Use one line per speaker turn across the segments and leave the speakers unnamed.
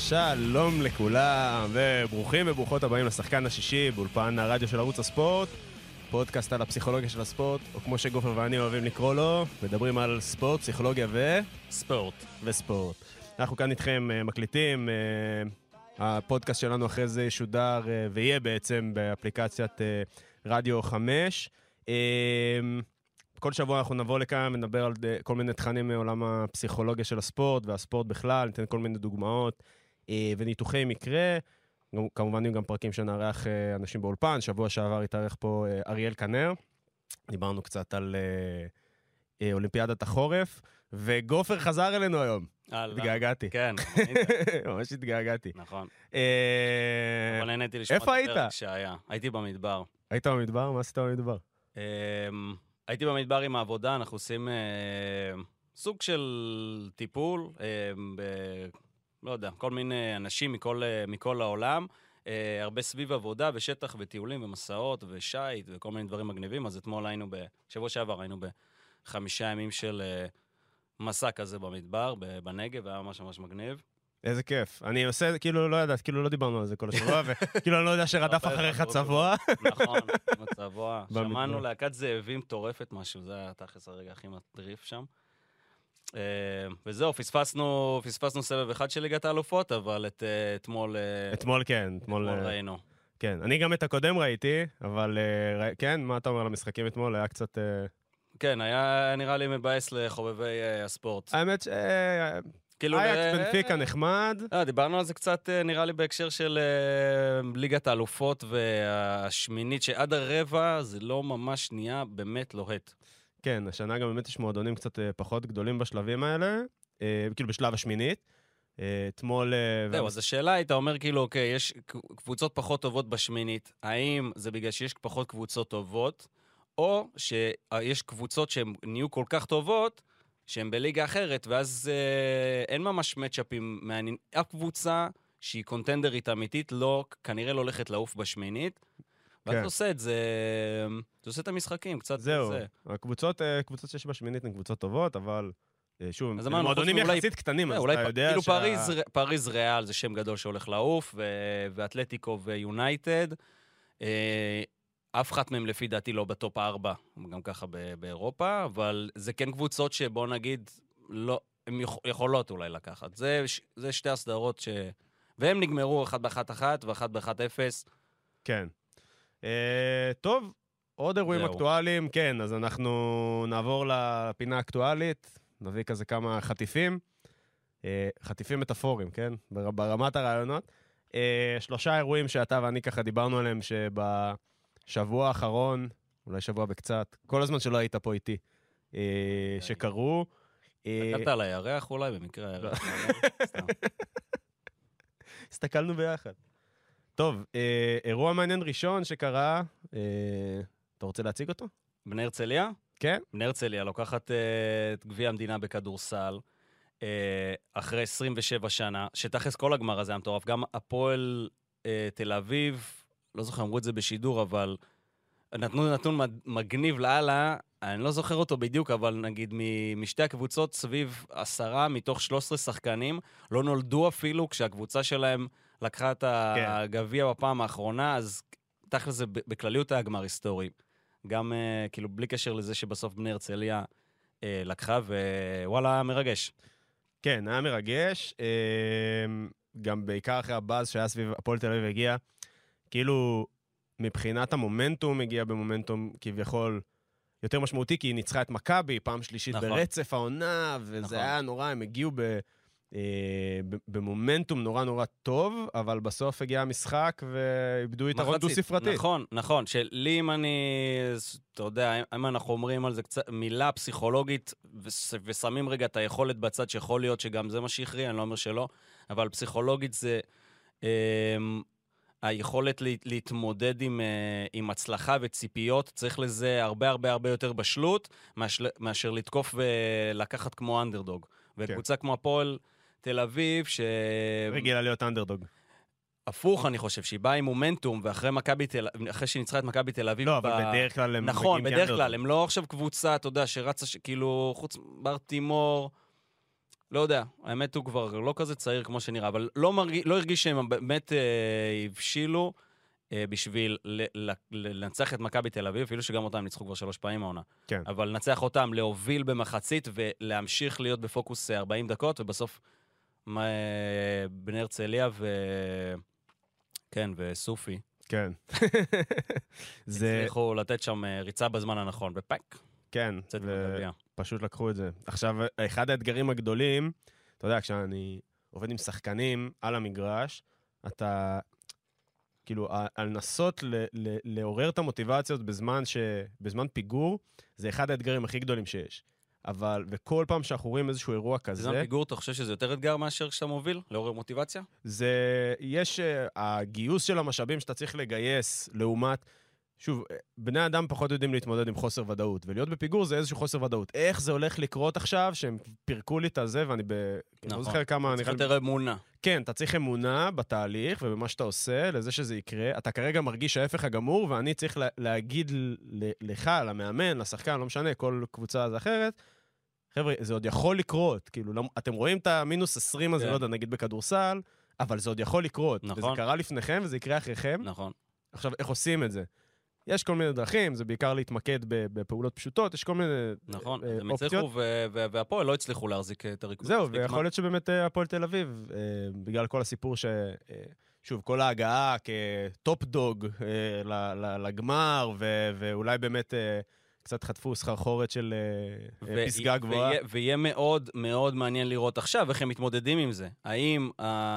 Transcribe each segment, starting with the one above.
שלום לכולם, וברוכים וברוכות הבאים לשחקן השישי באולפן הרדיו של ערוץ הספורט, פודקאסט על הפסיכולוגיה של הספורט, או כמו שגופר ואני אוהבים לקרוא לו, מדברים על ספורט, פסיכולוגיה וספורט. אנחנו כאן איתכם מקליטים, הפודקאסט שלנו אחרי זה ישודר ויהיה בעצם באפליקציית רדיו 5. כל שבוע אנחנו נבוא לכאן ונדבר על כל מיני תכנים מעולם הפסיכולוגיה של הספורט והספורט בכלל, ניתן כל מיני דוגמאות וניתוחי מקרה, כמובן גם פרקים שנערך אנשים באולפן. שבוע שעבר התארח פה אריאל כנר, דיברנו קצת על אולימפיאדת החורף, וגופר חזר אלינו היום. התגעגעתי.
כן.
ממש התגעגעתי.
נכון. אבל נהניתי לשמוע את
הפרק
שהיה. הייתי במדבר.
היית במדבר? מה עשית במדבר?
הייתי במדבר עם העבודה, אנחנו עושים סוג של טיפול, לא יודע, כל מיני אנשים מכל העולם, הרבה סביב עבודה ושטח וטיולים ומסעות ושייט וכל מיני דברים מגניבים. אז אתמול שבוע שעבר היינו ב5 ימים של מסע כזה במדבר, בנגב, היה ממש ממש מגניב.
איזה כיף. אני עושה, כאילו לא יודעת, כאילו לא דיברנו על זה כל השבוע, וכאילו אני לא יודע שרדף אחריך צבוע.
נכון, צבוע. שמענו להקת זאבים טורפת משהו, זה היה תכלס הרגע הכי מטריף שם. וזהו, פספסנו סבב אחד של ליגת האלופות, אבל אתמול ראינו.
כן, אני גם את הקודם ראיתי, אבל כן, מה אתה אומר על המשחקים אתמול? היה קצת...
כן, היה נראה לי מבאס לחובבי הספורט.
האמת אייקס בנפיקה נחמד.
דיברנו על זה קצת, נראה לי, בהקשר של ליגת האלופות והשמינית, שעד הרבע זה לא ממש נהיה באמת לוהט.
כן, השנה גם באמת יש מועדונים קצת פחות גדולים בשלבים האלה, כאילו בשלב השמינית. אתמול...
זהו, אז השאלה הייתה אומר כאילו, אוקיי, יש קבוצות פחות טובות בשמינית, האם זה בגלל שיש פחות קבוצות טובות, או שיש קבוצות שהן נהיו כל כך טובות, שהן בליגה אחרת, ואז אין ממש מצ'אפים מעניינים. אף קבוצה שהיא קונטנדרית אמיתית, כנראה לא הולכת לעוף בשמינית, ואז זה עושה את זה, זה עושה את המשחקים, קצת
זהו,
זה.
הקבוצות שיש בשמינית הן קבוצות טובות, אבל שוב, מועדונים יחסית קטנים, אז אתה יודע
כאילו פריז ריאל זה שם גדול שהולך לעוף, ואתלטיקו ויונייטד, אף אחת מהם לפי דעתי לא בטופ 4, גם ככה באירופה, אבל זה כן קבוצות שבוא נגיד, לא, הן יכולות אולי לקחת. זה שתי הסדרות והם נגמרו 1-1-1 ו1-1-0.
כן. טוב, עוד אירועים אקטואליים, כן, אז אנחנו נעבור לפינה האקטואלית, נביא כזה כמה חטיפים, חטיפים מטאפוריים, כן? ברמת הרעיונות. 3 אירועים שאתה ואני ככה דיברנו עליהם שבוע האחרון, אולי שבוע בקצת, כל הזמן שלא היית פה איתי, שקרו.
הסתכלת על הירח אולי, במקרה הירח.
הסתכלנו ביחד. טוב, אירוע מעניין ראשון שקרה, אתה רוצה להציג אותו?
בני הרצליה?
כן.
בני הרצליה לוקחת את גביע המדינה בכדורסל, אחרי 27 שנה, שתכלס כל הגמר הזה היה מטורף, גם הפועל תל אביב, לא זוכר, אמרו את זה בשידור, אבל נתנו נתון מגניב לעלה, אני לא זוכר אותו בדיוק, אבל נגיד משתי הקבוצות סביב 10 מתוך 13 שחקנים, לא נולדו אפילו כשהקבוצה שלהם לקחה את הגביע בפעם האחרונה, אז תכל'ס זה בכלליות היה גמר היסטורי. גם כאילו בלי קשר לזה שבסוף בני הרצליה לקחה, ווואלה, מרגש.
כן, היה מרגש, גם בעיקר אחרי הבאז שהיה סביב הפועל תל אביב הגיע, כאילו מבחינת המומנטום הגיע במומנטום כביכול יותר משמעותי, כי היא ניצחה את מכבי פעם שלישית ברצף העונה, וזה היה נורא, הם הגיעו במומנטום נורא נורא טוב, אבל בסוף הגיע המשחק ואיבדו יתרון דו-ספרתי.
נכון, שלי אם אתה יודע, אם אנחנו אומרים על זה קצת מילה פסיכולוגית, ושמים רגע את היכולת בצד שיכול להיות שגם זה מה שהכריע, אני לא אומר שלא, אבל פסיכולוגית זה היכולת להתמודד עם הצלחה וציפיות, צריך לזה הרבה הרבה הרבה יותר בשלות, מאשר לתקוף ולקחת כמו אנדרדוג. וקבוצה כמו הפועל תל אביב,
רגילה להיות אנדרדוג.
הפוך, אני חושב, שהיא באה עם מומנטום, ואחרי שניצחה את מכבי תל אביב...
לא, אבל בדרך כלל הם
נכון, בדרך כלל, הם לא עכשיו קבוצה, אתה יודע, שרצה, כאילו, חוץ בר תימור, לא יודע, האמת הוא כבר לא כזה צעיר כמו שנראה, אבל לא הרגיש שהם באמת הבשילו בשביל לנצח את מכבי תל אביב, אפילו שגם אותם ניצחו כבר 3 פעמים העונה.
כן.
אבל לנצח אותם, להוביל במחצית ולהמשיך להיות בפוקוס 40 דקות, ובסוף בני הרצליה כן, וסופי.
כן.
הצליחו לתת שם ריצה בזמן הנכון, ופק.
כן, פשוט לקחו את זה. עכשיו, אחד האתגרים הגדולים, אתה יודע, כשאני עובד עם שחקנים על המגרש, אתה, כאילו, לנסות לעורר את המוטיבציות בזמן פיגור, זה אחד האתגרים הכי גדולים שיש. אבל, וכל פעם שאנחנו רואים איזשהו אירוע כזה...
בזמן פיגור, אתה חושב שזה יותר אתגר מאשר כשאתה מוביל, לעורר מוטיבציה?
יש הגיוס של המשאבים שאתה צריך לגייס לעומת... שוב, בני אדם פחות יודעים להתמודד עם חוסר ודאות, ולהיות בפיגור זה איזשהו חוסר ודאות. איך זה הולך לקרות עכשיו, שהם פירקו לי את הזה, ואני לא זוכר כמה...
צריך יותר אמונה.
כן, אתה צריך אמונה בתהליך, ובמה שאתה עושה, לזה שזה יקרה. אתה כרגע מרגיש ההפך הגמור, ואני צריך להגיד לך, למאמן, לשחקן, לא משנה, כל קבוצה זה אחרת. חבר'ה, זה עוד יכול לקרות. כאילו, אתם רואים את המינוס 20 הזה, לא יודע, נגיד בכדורסל, אבל זה עוד יכול לקרות. וזה קרה לפניכם, וזה יקרה אחריכם.
נכון.
עכשיו, איך עושים את זה? יש כל מיני דרכים, זה בעיקר להתמקד בפעולות פשוטות, יש כל מיני
נכון, הם הצליחו, והפועל לא הצליחו להחזיק את הריקוד.
זהו, ויכול להיות שבאמת הפועל תל אביב, בגלל כל הסיפור שוב, כל ההגעה כטופ דוג לגמר, ואולי באמת קצת חטפו סחרחורת של פסגה גבוהה.
ויהיה מאוד מאוד מעניין לראות עכשיו איך הם מתמודדים עם זה. האם...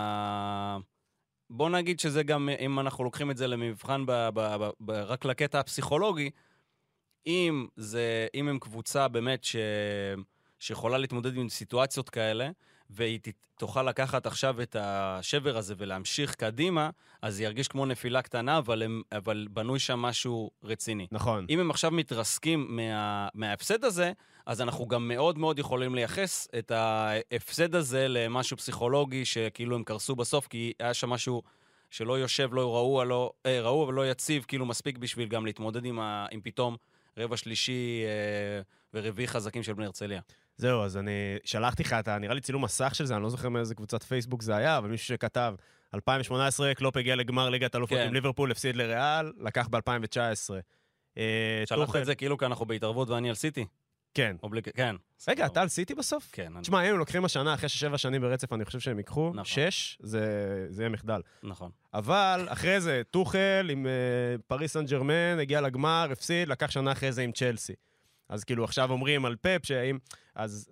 בוא נגיד שזה גם, אם אנחנו לוקחים את זה למבחן רק לקטע הפסיכולוגי, אם הם קבוצה באמת שיכולה להתמודד עם סיטואציות כאלה, והיא תוכל לקחת עכשיו את השבר הזה ולהמשיך קדימה, אז זה ירגיש כמו נפילה קטנה, אבל בנוי שם משהו רציני.
נכון.
אם הם עכשיו מתרסקים מההפסד הזה, אז אנחנו גם מאוד מאוד יכולים לייחס את ההפסד הזה למשהו פסיכולוגי, שכאילו הם קרסו בסוף, כי היה שם משהו שלא יושב, לא ראו, אבל לא יציב, כאילו מספיק בשביל גם להתמודד עם פתאום רבע שלישי ורביעי חזקים של בני הרצליה.
זהו, אז אני שלחתי לך, נראה לי צילום מסך של זה, אני לא זוכר מאיזה קבוצת פייסבוק זה היה, אבל מישהו שכתב, 2018, קלופ הגיע לגמר ליגת אלופות עם ליברפול, הפסיד לריאל, לקח ב-2019.
שלחת את זה כאילו כי אנחנו בהתערבות ואני על סיטי?
כן.
כן.
רגע, אתה על סיטי בסוף?
כן.
תשמע, הם לוקחים השנה, אחרי 7 שנים ברצף, אני חושב שהם ייקחו 6, זה יהיה מחדל.
נכון. אבל
אחרי זה, טוחל עם פריס סן ג'רמן, הגיע לגמר, הפסיד, לקח שנה אחרי זה עם צ'לסי. אז כאילו עכשיו אומרים על פפ, אז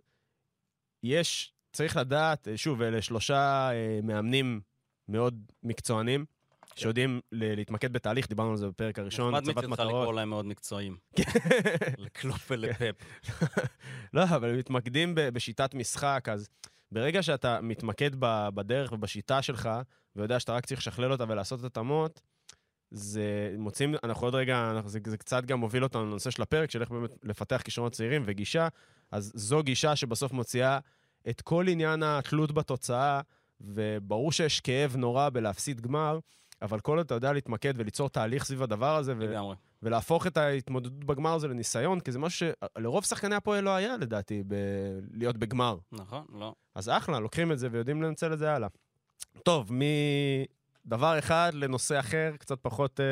צריך לדעת, שוב, אלה 3 מאמנים מאוד מקצוענים, שיודעים להתמקד בתהליך, דיברנו על זה בפרק הראשון,
נחמד מצליחה לקרוא להם מאוד מקצועיים. לקלופ ולפפ.
לא, אבל הם מתמקדים בשיטת משחק, אז ברגע שאתה מתמקד בדרך ובשיטה שלך, ויודע שאתה רק צריך לשכלל אותה ולעשות התאמות, זה מוצאים, אנחנו עוד רגע, זה קצת גם מוביל אותנו לנושא של הפרק, של איך באמת לפתח כישרונות צעירים וגישה, אז זו גישה שבסוף מוציאה את כל עניין התלות בתוצאה, וברור שיש כאב נורא בלהפסיד גמר, אבל כל עוד אתה יודע להתמקד וליצור תהליך סביב הדבר הזה, ולהפוך את ההתמודדות בגמר הזה לניסיון, כי זה משהו שלרוב שחקני הפועל לא היה, לדעתי, להיות בגמר.
נכון, לא.
אז אחלה, לוקחים את זה ויודעים לנצל את זה הלאה. טוב, מדבר אחד לנושא אחר, קצת פחות...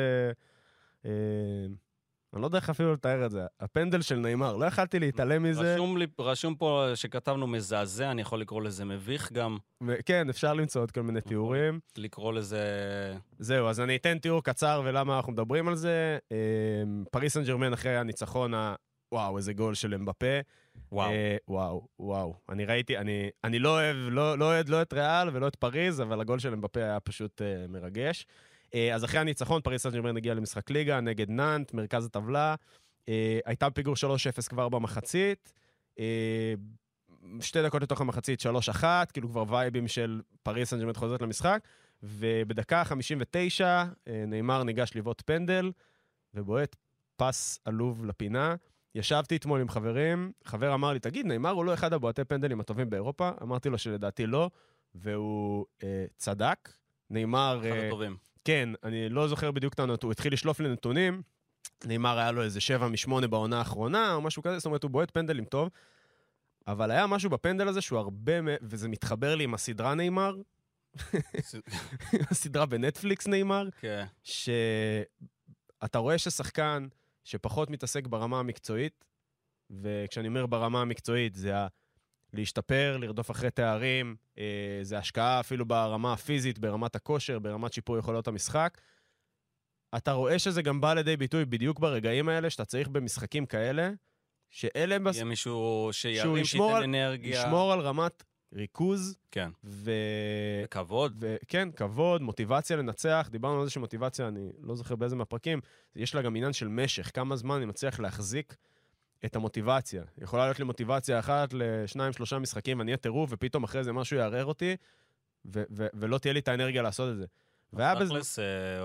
אני לא יודע איך אפילו לתאר את זה. הפנדל של ניימר, לא יכלתי להתעלם מזה.
רשום פה שכתבנו מזעזע, אני יכול לקרוא לזה מביך גם.
כן, אפשר למצוא עוד כל מיני תיאורים.
לקרוא לזה...
זהו, אז אני אתן תיאור קצר ולמה אנחנו מדברים על זה. פריס סן ג'רמן אחרי הניצחון, וואו, איזה גול של אמבפה. וואו. אני ראיתי, אני לא אוהד לא את ריאל ולא את פריז, אבל הגול של אמבפה היה פשוט מרגש. אז אחרי הניצחון, פריס סן ג'רמן הגיע למשחק ליגה נגד נאנט, מרכז הטבלה. הייתה פיגור 3-0 כבר במחצית. 2 דקות לתוך המחצית, 3-1, כאילו כבר וייבים של פריס סן ג'רמן חוזרת למשחק. ובדקה 59, ניימר ניגש לבעוט פנדל, ובועט פס עלוב לפינה. ישבתי אתמול עם חברים, חבר אמר לי, תגיד, ניימר הוא לא אחד הבועטי פנדלים הטובים באירופה? אמרתי לו שלדעתי לא, והוא צדק. ניימר...
אחד הטובים.
כן, אני לא זוכר בדיוק את הנתון, הוא התחיל לשלוף לי נתונים, ניימר היה לו איזה 7-8 בעונה האחרונה, או משהו כזה, זאת אומרת, הוא בועט פנדלים טוב, אבל היה משהו בפנדל הזה שהוא הרבה, וזה מתחבר לי עם הסדרה ניימר, הסדרה בנטפליקס ניימר, שאתה רואה ששחקן שפחות מתעסק ברמה המקצועית, וכשאני אומר ברמה המקצועית, זה להשתפר, לרדוף אחרי תארים, זה השקעה אפילו ברמה הפיזית, ברמת הכושר, ברמת שיפור יכולות המשחק. אתה רואה שזה גם בא לידי ביטוי בדיוק ברגעים האלה, שאתה צריך במשחקים כאלה, שאלה...
יהיה מישהו שירים, שייתן אנרגיה.
ישמור על רמת ריכוז.
כן. וכבוד.
כן, כבוד, מוטיבציה לנצח. דיברנו על זה שמוטיבציה, אני לא זוכר באיזה מהפרקים, יש לה גם עניין של משך, כמה זמן אני מצליח להחזיק את המוטיבציה. יכולה להיות לי מוטיבציה אחת ל2-3 משחקים, ואני אהיה טירוף, ופתאום אחרי זה משהו יערער אותי, ולא תהיה לי את האנרגיה לעשות את זה.
בתכלס,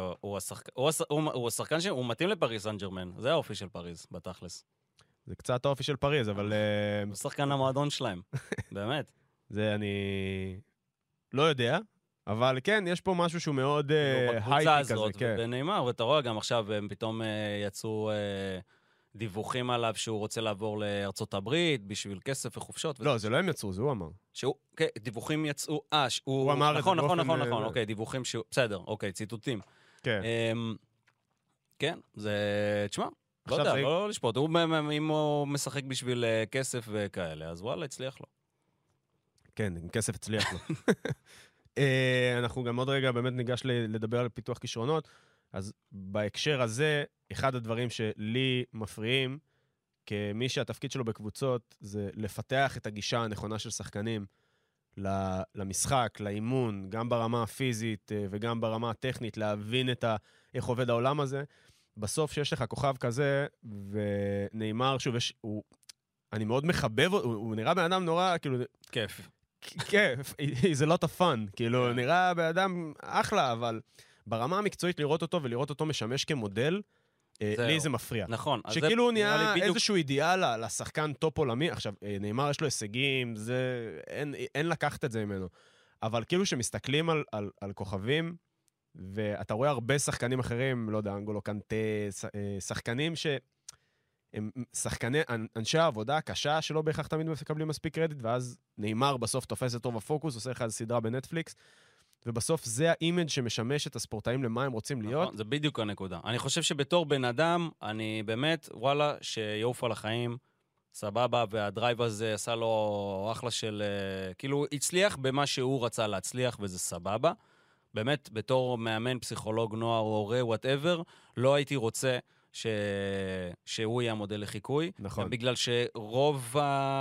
הוא השחקן שהוא מתאים לפריז סן ז'רמן. זה האופי של פריז, בתכלס.
זה קצת האופי של פריז, אבל...
הוא שחקן המועדון שלהם, באמת.
זה אני לא יודע, אבל כן, יש פה משהו שהוא מאוד הייטי כזה.
בניימר, ואתה רואה גם עכשיו, הם פתאום יצאו דיווחים עליו שהוא רוצה לעבור לארצות הברית, בשביל כסף וחופשות.
לא, זה לא הם יצאו, זה הוא אמר.
כן, דיווחים יצאו,
הוא אמר את זה.
נכון, אוקיי, דיווחים שהוא, בסדר, אוקיי, ציטוטים.
כן.
כן, זה, תשמע, לא יודע, לא לשפוט. אם הוא משחק בשביל כסף וכאלה, אז וואלה, הצליח לו.
כן, עם כסף הצליח לו. אנחנו גם עוד רגע באמת ניגש לדבר על פיתוח כישרונות, אז בהקשר הזה, אחד הדברים שלי מפריעים, כמי שהתפקיד שלו בקבוצות, זה לפתח את הגישה הנכונה של שחקנים למשחק, לאימון, גם ברמה הפיזית וגם ברמה הטכנית, להבין איך עובד העולם הזה. בסוף שיש לך כוכב כזה, וניימר, שוב, אני מאוד מחבב, הוא נראה בן אדם נורא, כאילו...
כיף.
כיף, זה לא תפן, כאילו, נראה בן אדם אחלה, אבל ברמה המקצועית לראות אותו ולראות אותו משמש כמודל, לי זה מפריע.
נכון.
שכאילו הוא נהיה איזשהו אידיאל לשחקן טופ עולמי, עכשיו, ניימר יש לו הישגים, אין לקחת את זה ממנו, אבל כאילו שמסתכלים על כוכבים, ואתה רואה הרבה שחקנים אחרים, לא יודע, אנגולו קנטה, שחקנים הם שחקני, אנשי העבודה הקשה שלא בהכרח תמיד מקבלים מספיק קרדיט, ואז ניימר בסוף תופס את רוב הפוקוס, עושה לך איזו סדרה בנטפליקס, ובסוף זה האימג' שמשמש את הספורטאים למה הם רוצים להיות.
נכון, זה בדיוק הנקודה. אני חושב שבתור בן אדם, אני באמת, וואלה, שיעוף על החיים, סבבה, והדרייב הזה עשה לו אחלה של... כאילו, הצליח במה שהוא רצה להצליח, וזה סבבה. באמת, בתור מאמן, פסיכולוג, נוער, הורה, whatever, לא הייתי רוצה שהוא יהיה המודל לחיקוי.
נכון.
בגלל שרוב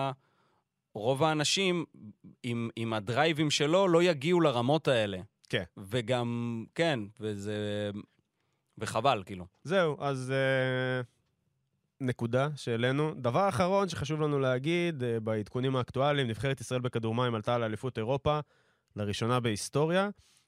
האנשים עם הדרייבים שלו לא יגיעו לרמות האלה.
כן.
וגם, כן, וחבל, כאילו.
זהו, אז נקודה שאלינו. דבר אחרון שחשוב לנו להגיד, בעדכונים האקטואליים, נבחרת ישראל בכדורמים עלתה לאליפות אירופה, לראשונה בהיסטוריה.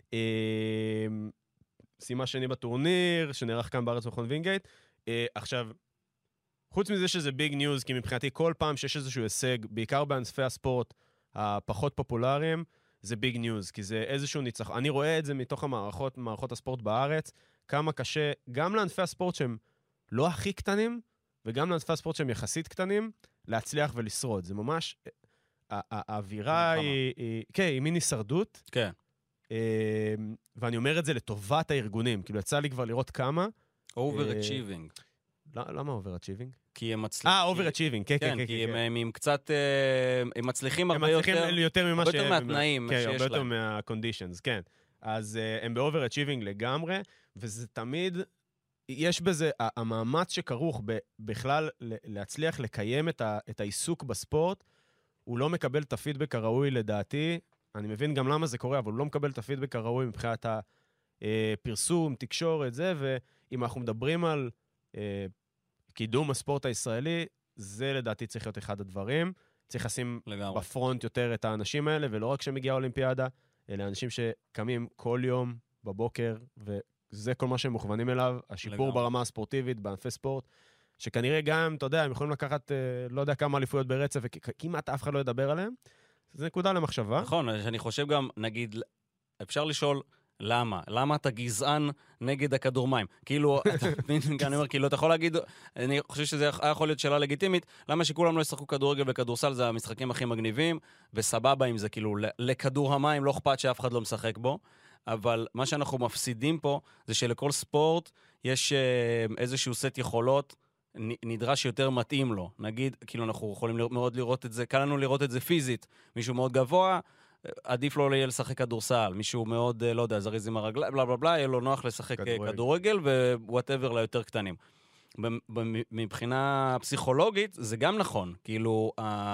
שימה שני בטורניר, שנערך כאן בארץ מכון וינגייט. עכשיו, חוץ מזה שזה ביג ניוז, כי מבחינתי כל פעם שיש איזשהו הישג, בעיקר בענפי הספורט הפחות פופולריים, זה ביג ניוז, כי זה איזשהו ניצחון. אני רואה את זה מתוך מערכות הספורט בארץ, כמה קשה, גם לענפי הספורט שהם לא הכי קטנים, וגם לענפי הספורט שהם יחסית קטנים, להצליח ולשרוד. זה ממש, האווירה היא מין הישרדות.
כן.
ואני אומר את זה לטובת הארגונים, כאילו יצא לי כבר לראות כמה.
overachieving.
למה overachieving?
כי הם מצליחים.
overachieving, כן, כן, כן.
כי הם קצת, הם מצליחים הרבה
יותר
מהתנאים שיש להם.
הרבה יותר מה-conditions, כן. אז הם ב-overachieving לגמרי, וזה תמיד, יש בזה, המאמץ שכרוך בכלל להצליח לקיים את העיסוק בספורט, הוא לא מקבל את הפידבק הראוי לדעתי, אני מבין גם למה זה קורה, אבל הוא לא מקבל את הפידבק הראוי מבחינת הפרסום, תקשורת, זה, ואם אנחנו מדברים על קידום הספורט הישראלי, זה לדעתי צריך להיות אחד הדברים. צריך לשים בפרונט יותר את האנשים האלה, ולא רק שמגיעה האולימפיאדה, אלא אנשים שקמים כל יום בבוקר, וזה כל מה שהם מוכוונים אליו, השיפור ברמה הספורטיבית, בענפי ספורט, שכנראה גם, אתה יודע, הם יכולים לקחת, לא יודע כמה אליפויות ברצף, וכמעט אף אחד לא ידבר עליהם. זה נקודה למחשבה.
נכון, אני חושב גם, נגיד, אפשר לשאול, למה? למה אתה גזען נגד הכדור מים? כאילו, אני אומר, כאילו, אתה יכול להגיד, אני חושב שזה יכול להיות שאלה לגיטימית, למה שכולם לא ישחקו כדורגל וכדורסל, זה המשחקים הכי מגניבים, וסבבה עם זה, כאילו, לכדור המים לא אכפת שאף אחד לא משחק בו, אבל מה שאנחנו מפסידים פה, זה שלכל ספורט יש איזשהו סט יכולות, נדרש יותר מתאים לו. נגיד, כאילו, אנחנו יכולים מאוד לראות את זה, קל לנו לראות את זה פיזית, מישהו מאוד גבוה, עדיף לו יהיה לשחק כדורסל, מישהו מאוד, לא יודע, זריז עם הרגליים, בלה בלה בלה, יהיה לו נוח לשחק כדורגל ווואטאבר ליותר קטנים. מבחינה פסיכולוגית, זה גם נכון. כאילו,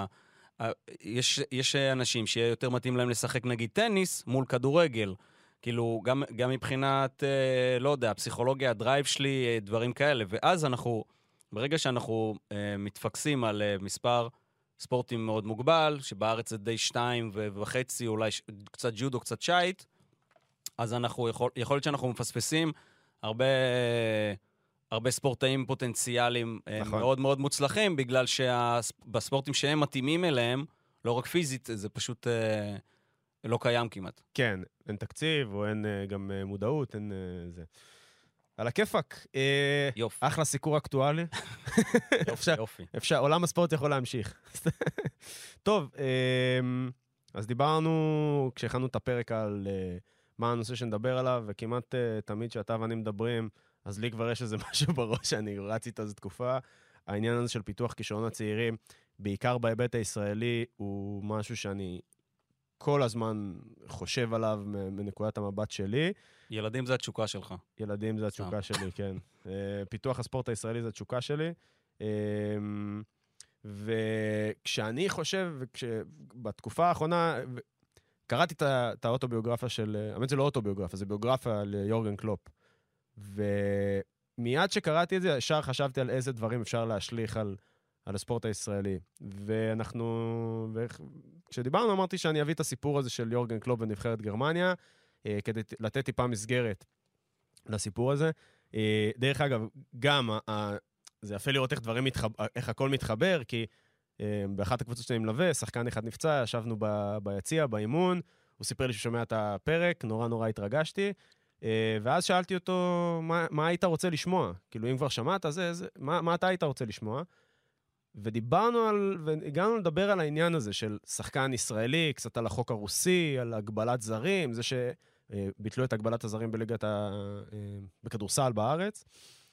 יש אנשים שיהיה יותר מתאים להם לשחק נגיד טניס מול כדורגל. כאילו, גם מבחינת, לא יודע, פסיכולוגיה, הדרייב שלי, דברים כאלה. ואז ברגע שאנחנו מתפקסים על מספר ספורטים מאוד מוגבל, שבארץ זה די 2.5, אולי קצת ג'ודו, קצת שייט, אז יכול להיות שאנחנו מפספסים הרבה ספורטאים פוטנציאליים מאוד מאוד מוצלחים, בגלל שבספורטים שהם מתאימים אליהם, לא רק פיזית, זה פשוט לא קיים כמעט.
כן, אין תקציב, או אין גם מודעות, אין זה. על הכיפק.
יופי.
אחלה סיקור אקטואלי.
יופי.
אפשר, עולם הספורט יכול להמשיך. טוב, אז דיברנו, כשהכנו את הפרק על מה הנושא שנדבר עליו, וכמעט תמיד שאתה ואני מדברים, אז לי כבר יש איזה משהו בראש שאני רץ איתו איזו תקופה. העניין הזה של פיתוח כישרון הצעירים, בעיקר בהיבט הישראלי, הוא משהו שאני כל הזמן חושב עליו מנקודת המבט שלי.
ילדים זה התשוקה שלך.
ילדים זה התשוקה שלי, כן. פיתוח הספורט הישראלי זה התשוקה שלי. וכשאני חושב, בתקופה האחרונה, קראתי את האוטוביוגרפיה של, האמת זה לא אוטוביוגרפיה, זה ביוגרפיה על יורגן קלופ. ומיד שקראתי את זה, ישר חשבתי על איזה דברים אפשר להשליך על הספורט הישראלי. כשדיברנו אמרתי שאני אביא את הסיפור הזה של יורגן קלופ בנבחרת גרמניה, כדי לתת טיפה מסגרת לסיפור הזה. דרך אגב, גם זה יפה לראות איך הכל מתחבר, כי באחת הקבוצות שאני מלווה, שחקן אחד נפצע, ישבנו ביציע, באימון, הוא סיפר לי ששומע את הפרק, נורא התרגשתי, ואז שאלתי אותו, מה היית רוצה לשמוע? כאילו, אם כבר שמעת, מה אתה היית רוצה לשמוע? והגענו לדבר על העניין הזה של שחקן ישראלי, קצת על החוק הרוסי, על הגבלת זרים, זה שביטלו את הגבלת הזרים בכדורסל בארץ,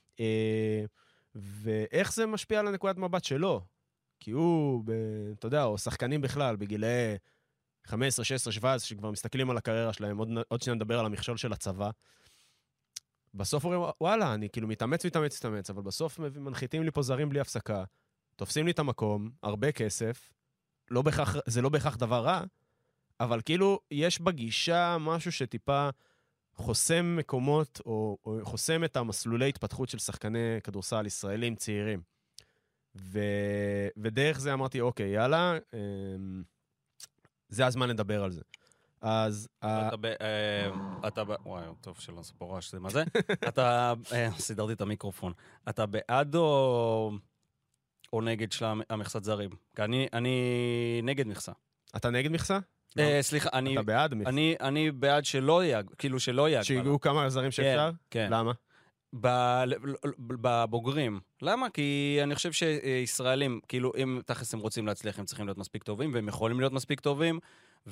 ואיך זה משפיע על הנקודת מבט שלו, כי הוא, אתה יודע, או שחקנים בכלל, בגילי 15, 16, 17, שכבר מסתכלים על הקריירה שלהם, עוד שניה נדבר על המכשול של הצבא, בסוף אומרים, וואלה, אני כאילו מתאמץ, אבל בסוף מנחיתים לי פה זרים בלי הפסקה, תופסים לי את המקום, הרבה כסף, זה לא בהכרח דבר רע, אבל כאילו יש בגישה משהו שטיפה חוסם מקומות, או חוסם את המסלולי התפתחות של שחקני כדורסל ישראלים צעירים. ודרך זה אמרתי, אוקיי, יאללה, זה הזמן לדבר על זה. אז...
וואי, טוב שלא ספורש, זה מה זה? סידרתי את המיקרופון. אתה בעד או נגד של המכסת זרים? כי אני נגד מכסה.
אתה נגד מכסה?
סליחה,
אתה בעד מכסה?
אני בעד שלא יהיה, כאילו שלא יהיה.
שיגעו כמה זרים שאפשר?
כן.
למה?
בבוגרים. למה? כי אני חושב שישראלים, כאילו, אם תכף הם רוצים להצליח, הם צריכים להיות מספיק טובים, והם יכולים להיות מספיק טובים,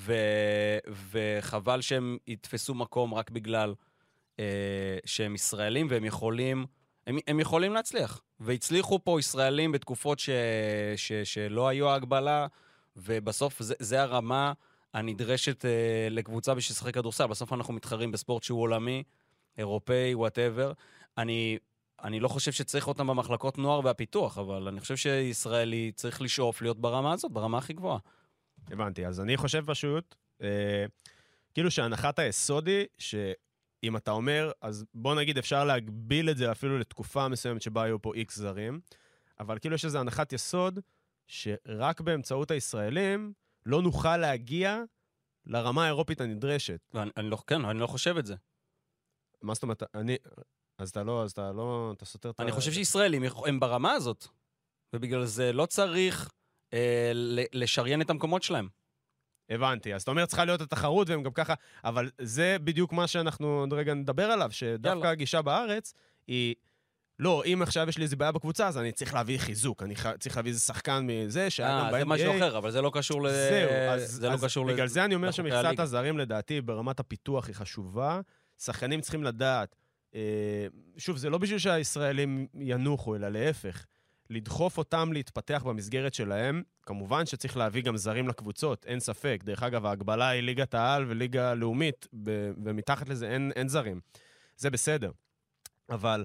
וחבל שהם יתפסו מקום רק בגלל שהם ישראלים, והם יכולים להצליח. והצליחו פה ישראלים בתקופות שלא היו ההגבלה, ובסוף זה הרמה הנדרשת לקבוצה בשביל לשחק כדורסל. בסוף אנחנו מתחרים בספורט שהוא עולמי, אירופאי, whatever. אני לא חושב שצריך אותם במחלקות נוער והפיתוח, אבל אני חושב שישראלי צריך לשאוף להיות ברמה הזאת, ברמה הכי גבוהה.
הבנתי, אז אני חושב פשוט, כאילו שהנחת היסוד היא, שאם אתה אומר, אז בוא נגיד אפשר להגביל את זה אפילו לתקופה מסוימת שבה היו פה איקס זרים, אבל כאילו יש איזו הנחת יסוד, שרק באמצעות הישראלים לא נוכל להגיע לרמה האירופית הנדרשת.
אני לא חושב את זה.
מה זאת אומרת? אז אתה סותר את...
אני חושב שישראלים הם ברמה הזאת, ובגלל זה לא צריך לשריין את המקומות שלהם.
הבנתי. אז אתה אומר, צריכה להיות התחרות, והם גם ככה, אבל זה בדיוק מה שאנחנו עוד רגע נדבר עליו, שדווקא הגישה בארץ היא, לא, אם עכשיו יש לי איזה בעיה בקבוצה, אז אני צריך להביא חיזוק, אני צריך להביא איזה שחקן מזה, שהיה גם
זה משהו אחר, אבל זה לא קשור
זהו, בגלל זה אני אומר שמכסת הזרים לדעתי ברמת הפיתוח היא חשובה, שחקנים צריכים לדעת, שוב, זה לא בשביל שהישראלים ינוחו, אלא להפך, לדחוף אותם להתפתח במסגרת שלהם, כמובן שצריך להביא גם זרים לקבוצות, אין ספק. דרך אגב, ההגבלה היא ליגת העל וליגה לאומית, ומתחת לזה אין זרים. זה בסדר. אבל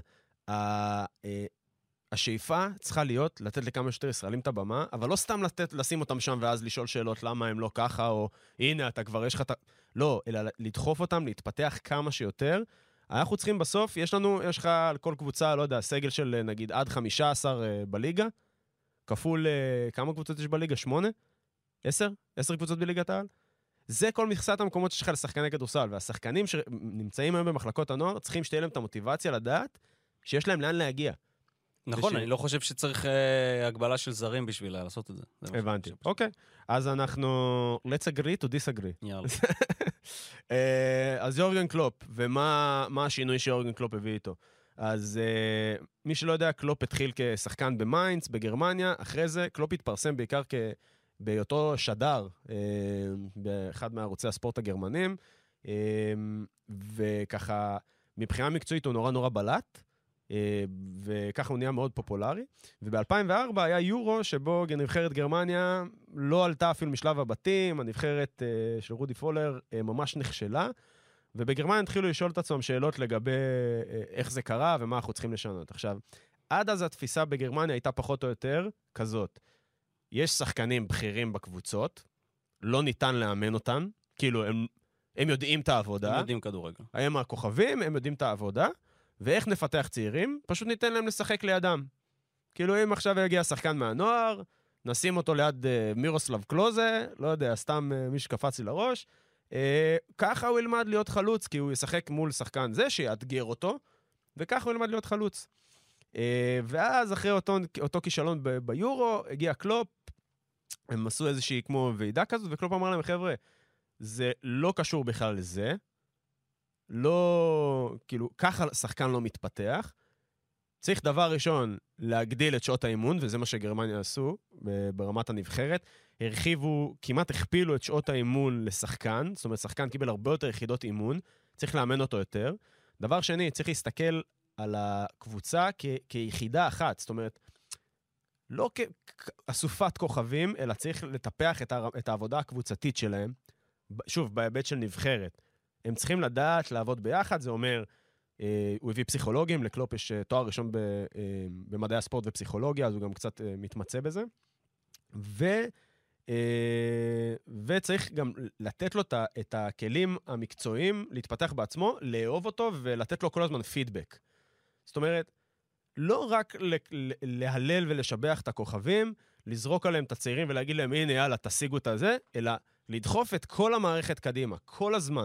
השאיפה צריכה להיות לתת לכמה שיותר ישראלים את הבמה, אבל לא סתם לשים אותם שם ואז לשאול שאלות למה הם לא ככה, או הנה, אתה כבר יש לך... לא, אלא לדחוף אותם, להתפתח כמה שיותר. אנחנו צריכים בסוף, יש לך על כל קבוצה, לא יודע, סגל של נגיד עד 15 בליגה, כפול כמה קבוצות יש בליגה? 8? 10? 10 קבוצות בליגת העל? זה כל מכסת המקומות שיש לך לשחקני כדורסל, והשחקנים שנמצאים היום במחלקות הנוער, צריכים שתהיה להם את המוטיבציה לדעת שיש להם לאן להגיע.
נכון, אני לא חושב שצריך הגבלה של זרים בשביל לעשות את זה.
הבנתי. אוקיי. אז אנחנו... let's agree to disagree.
יאללה.
אז יורגן קלופ, ומה השינוי שיורגן קלופ הביא איתו? אז מי שלא יודע, קלופ התחיל כשחקן במיינץ, בגרמניה, אחרי זה קלופ התפרסם בעיקר בהיותו שדר, באחד מערוצי הספורט הגרמנים, וככה, מבחינה מקצועית הוא נורא בלט, וככה הוא נהיה מאוד פופולרי. וב-2004 היה יורו שבו נבחרת גרמניה לא עלתה אפילו משלב הבתים, הנבחרת של רודי פולר ממש נכשלה, ובגרמניה התחילו לשאול את עצמם שאלות לגבי איך זה קרה ומה אנחנו צריכים לשנות. עכשיו, עד אז התפיסה בגרמניה הייתה פחות או יותר כזאת. יש שחקנים בכירים בקבוצות, לא ניתן לאמן אותם, כאילו הם יודעים את העבודה.
הם יודעים כדורגל.
הם הכוכבים, הם יודעים את העבודה, ואיך נפתח צעירים? פשוט ניתן להם לשחק לידם. כאילו אם עכשיו יגיע שחקן מהנוער, נשים אותו ליד מירוסלב קלוזה, לא יודע, סתם מי שקפץ לי לראש, ככה הוא ילמד להיות חלוץ, כי הוא ישחק מול שחקן זה שיאתגר אותו, וככה הוא ילמד להיות חלוץ. ואז אחרי אותו כישלון ביורו, הגיע קלופ, הם עשו איזושהי כמו ועידה כזאת, וקלופ אמר להם, חבר'ה, זה לא קשור בכלל לזה, לא, כאילו, ככה שחקן לא מתפתח. צריך דבר ראשון להגדיל את שעות האימון, וזה מה שגרמניה עשו ברמת הנבחרת. כמעט הכפילו את שעות האימון לשחקן, זאת אומרת, שחקן קיבל הרבה יותר יחידות אימון, צריך לאמן אותו יותר. דבר שני, צריך להסתכל על הקבוצה כיחידה אחת, זאת אומרת, לא כאסופת כוכבים, אלא צריך לטפח את העבודה הקבוצתית שלהם, שוב, בהיבט של נבחרת. הם צריכים לדעת לעבוד ביחד, זה אומר, הוא הביא פסיכולוגים, לקלופ יש תואר ראשון במדעי הספורט ופסיכולוגיה, אז הוא גם קצת מתמצא בזה. וצריך גם לתת לו את הכלים המקצועיים, להתפתח בעצמו, לאהוב אותו ולתת לו כל הזמן פידבק. זאת אומרת, לא רק להלל ולשבח את הכוכבים, לזרוק עליהם את הצעירים ולהגיד להם, הנה, יאללה, תשיגו את הזה, אלא לדחוף את כל המערכת קדימה, כל הזמן.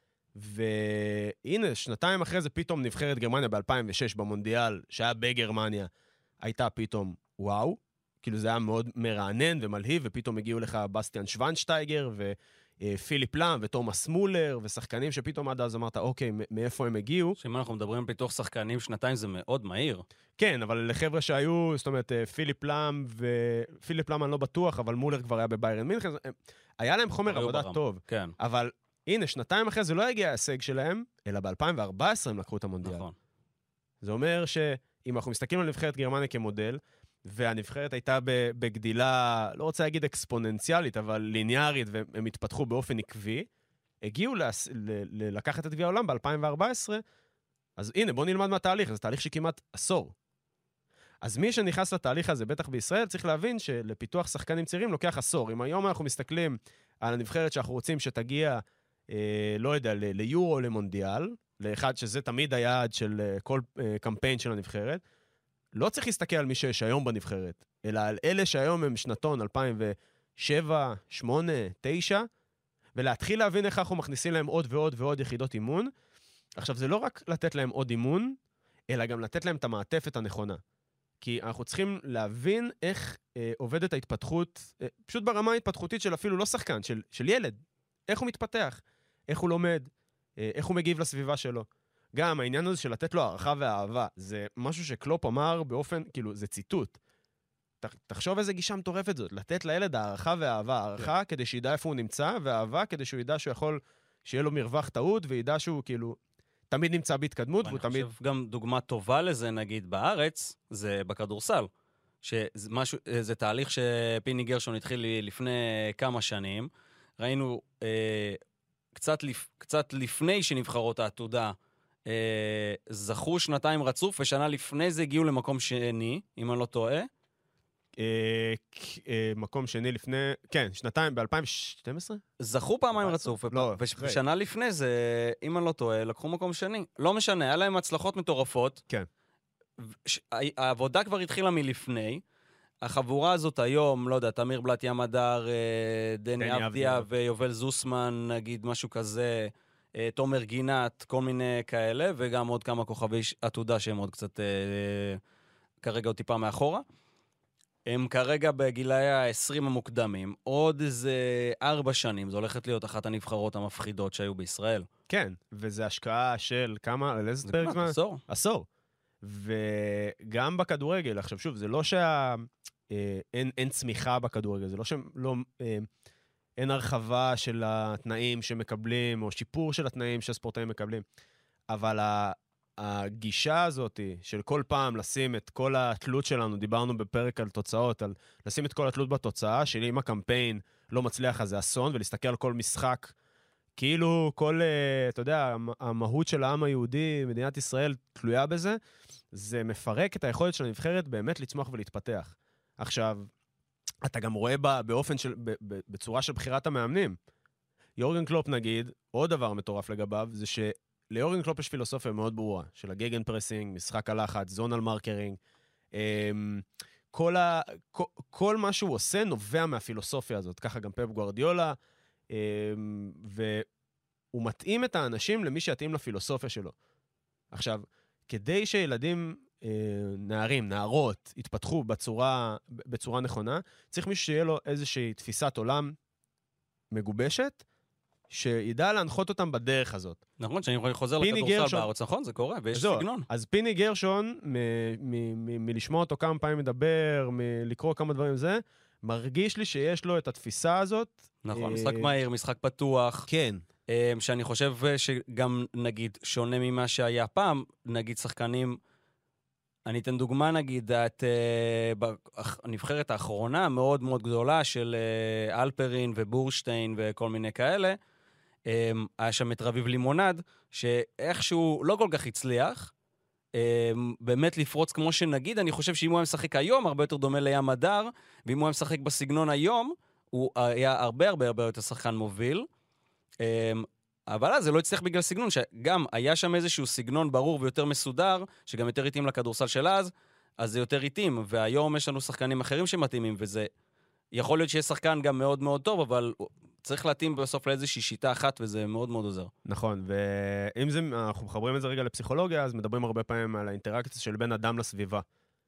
והנה, שנתיים אחרי זה פתאום נבחרת גרמניה ב-2006 במונדיאל, שהיה בגרמניה, הייתה פתאום וואו, כאילו זה היה מאוד מרענן ומלהיב, ופתאום הגיעו לך בסטיאן שוונשטייגר, ופיליפ לאם, ותומאס מולר, ושחקנים שפתאום עד אז אמרת, אוקיי, מאיפה הם הגיעו?
שאם אנחנו מדברים על פיתוח שחקנים, שנתיים זה מאוד מהיר.
כן, אבל לחבר'ה שהיו, זאת אומרת, פיליפ לאם אני לא בטוח, אבל מולר כבר היה בביירן מינכן, היה להם חומר עבודה טוב.
כן.
אבל הנה, שנתיים אחרי זה לא הגיע ההישג שלהם, אלא ב-2014 הם לקחו את המונדיאל. נכון. זה אומר שאם אנחנו מסתכלים על נבחרת גרמניה כמודל, והנבחרת הייתה בגדילה, לא רוצה להגיד אקספוננציאלית, אבל ליניארית, והם התפתחו באופן עקבי, הגיעו לקחת את גביע העולם ב-2014, אז הנה, בואו נלמד מהתהליך, זה תהליך שכמעט עשור. אז מי שנכנס לתהליך הזה, בטח בישראל, צריך להבין שלפיתוח שחקנים צעירים לוקח עשור. אם היום אנחנו מסתכלים על הנבחרת שאנחנו רוצים שתגיע, לא יודע, ליורו או למונדיאל, לאחד שזה תמיד היעד של כל קמפיין של הנבחרת, לא צריך להסתכל על מי שיש היום בנבחרת, אלא על אלה שהיום הם שנתון 2007, 2008, 2009, ולהתחיל להבין איך אנחנו מכניסים להם עוד ועוד ועוד יחידות אימון. עכשיו, זה לא רק לתת להם עוד אימון, אלא גם לתת להם את המעטפת הנכונה. כי אנחנו צריכים להבין איך עובדת ההתפתחות, פשוט ברמה ההתפתחותית של אפילו לא שחקן, של ילד. איך הוא מתפתח, איך הוא לומד, איך הוא מגיב לסביבה שלו. גם העניין הזה של לתת לו הערכה ואהבה, זה משהו שקלופ אמר באופן, כאילו, זה ציטוט. תחשוב איזה גישה מטורפת זאת, לתת לילד הערכה ואהבה, הערכה כדי שידע איפה הוא נמצא, ואהבה כדי שהוא ידע שהוא יכול, שיהיה לו מרווח טעות, וידע שהוא כאילו, תמיד נמצא בהתקדמות, והוא תמיד...
אני חושב גם דוגמה טובה לזה, נגיד, בארץ, זה בכדורסל. זה תהליך שפיני גרשון התחיל לפני כמה שנים. ראינו קצת לפני שנבחרות העתודה, זכו 2 רצוף, ושנה לפני זה הגיעו למקום שני, אם אני לא טועה.
מקום שני לפני, כן, 2 ב-2012?
זכו פעמיים רצוף, ושנה לפני זה, אם אני לא טועה, לקחו מקום שני. לא משנה, היה להם הצלחות מטורפות.
כן.
העבודה כבר התחילה מלפני. החבורה הזאת היום, לא יודע, תמיר בלט ים הדר, דני אבדיה ויובל זוסמן, נגיד משהו כזה, תומר גינת, כל מיני כאלה, וגם עוד כמה כוכבי עתודה שהם עוד קצת, כרגע עוד טיפה מאחורה. הם כרגע בגילאי ה-20 המוקדמים, עוד איזה 4 שנים, זו הולכת להיות אחת הנבחרות המפחידות שהיו בישראל.
כן, וזו השקעה של כמה, על איזה פרק זמן?
עשור.
עשור. וגם בכדורגל, עכשיו שוב, זה לא אין צמיחה בכדורגל, זה לא אין הרחבה של התנאים שמקבלים, או שיפור של התנאים שהספורטאים מקבלים, אבל הגישה הזאת של כל פעם לשים את כל התלות שלנו, דיברנו בפרק על תוצאות, על לשים את כל התלות בתוצאה, שלי אם הקמפיין לא מצליח, אז זה אסון, ולהסתכל על כל משחק, כאילו כל, אתה יודע, המהות של העם היהודי, מדינת ישראל תלויה בזה, זה מפרק את היכולת של הנבחרת באמת לצמוח ולהתפתח. עכשיו, אתה גם רואה באופן של, בצורה של בחירת המאמנים. יורגן קלופ נגיד, עוד דבר מטורף לגביו, זה שליורגן קלופ יש פילוסופיה מאוד ברורה, של הגגן פרסינג, משחק הלחץ, זונל מרקרינג, כל מה שהוא עושה נובע מהפילוסופיה הזאת, ככה גם פפ גוארדיולה, והוא מתאים את האנשים למי שיתאים לפילוסופיה שלו. עכשיו, כדי שילדים, נערים, נערות, יתפתחו בצורה נכונה, צריך מישהו שיהיה לו איזושהי תפיסת עולם מגובשת, שידע להנחות אותם בדרך הזאת.
נכון, שאני חוזר לכדורסל בארץ, נכון? זה קורה, ויש סגנון.
אז פיני גרשון, מלשמוע אותו כמה פעמים מדבר, מלקרוא כמה דברים וזה, מרגיש לי שיש לו את התפיסה הזאת.
נכון, משחק מהיר, משחק פתוח.
כן.
שאני חושב שגם, נגיד, שונה ממה שהיה פעם, נגיד שחקנים, אני אתן דוגמה, נגיד, את הנבחרת האחרונה, מאוד מאוד גדולה, של אלפרין ובורשטיין וכל מיני כאלה, היה שם את רביב לימונד, שאיכשהו לא כל כך הצליח, באמת לפרוץ כמו שנגיד, אני חושב שאם הוא היה משחק היום, הרבה יותר דומה לים הדר, ואם הוא היה משחק בסגנון היום, הוא היה הרבה הרבה הרבה יותר שחקן מוביל, אבל אז זה לא הצליח בגלל סגנון, שגם היה שם איזשהו סגנון ברור ויותר מסודר, שגם יותר התאים לכדורסל של אז זה יותר התאים, והיום יש לנו שחקנים אחרים שמתאימים, וזה יכול להיות שיש שחקן גם מאוד מאוד טוב, אבל צריך להתאים בסוף לאיזושהי שיטה אחת, וזה מאוד מאוד עוזר.
נכון, ואם זה, אנחנו מחברים את זה רגע לפסיכולוגיה, אז מדברים הרבה פעמים על האינטראקציה של בין אדם לסביבה.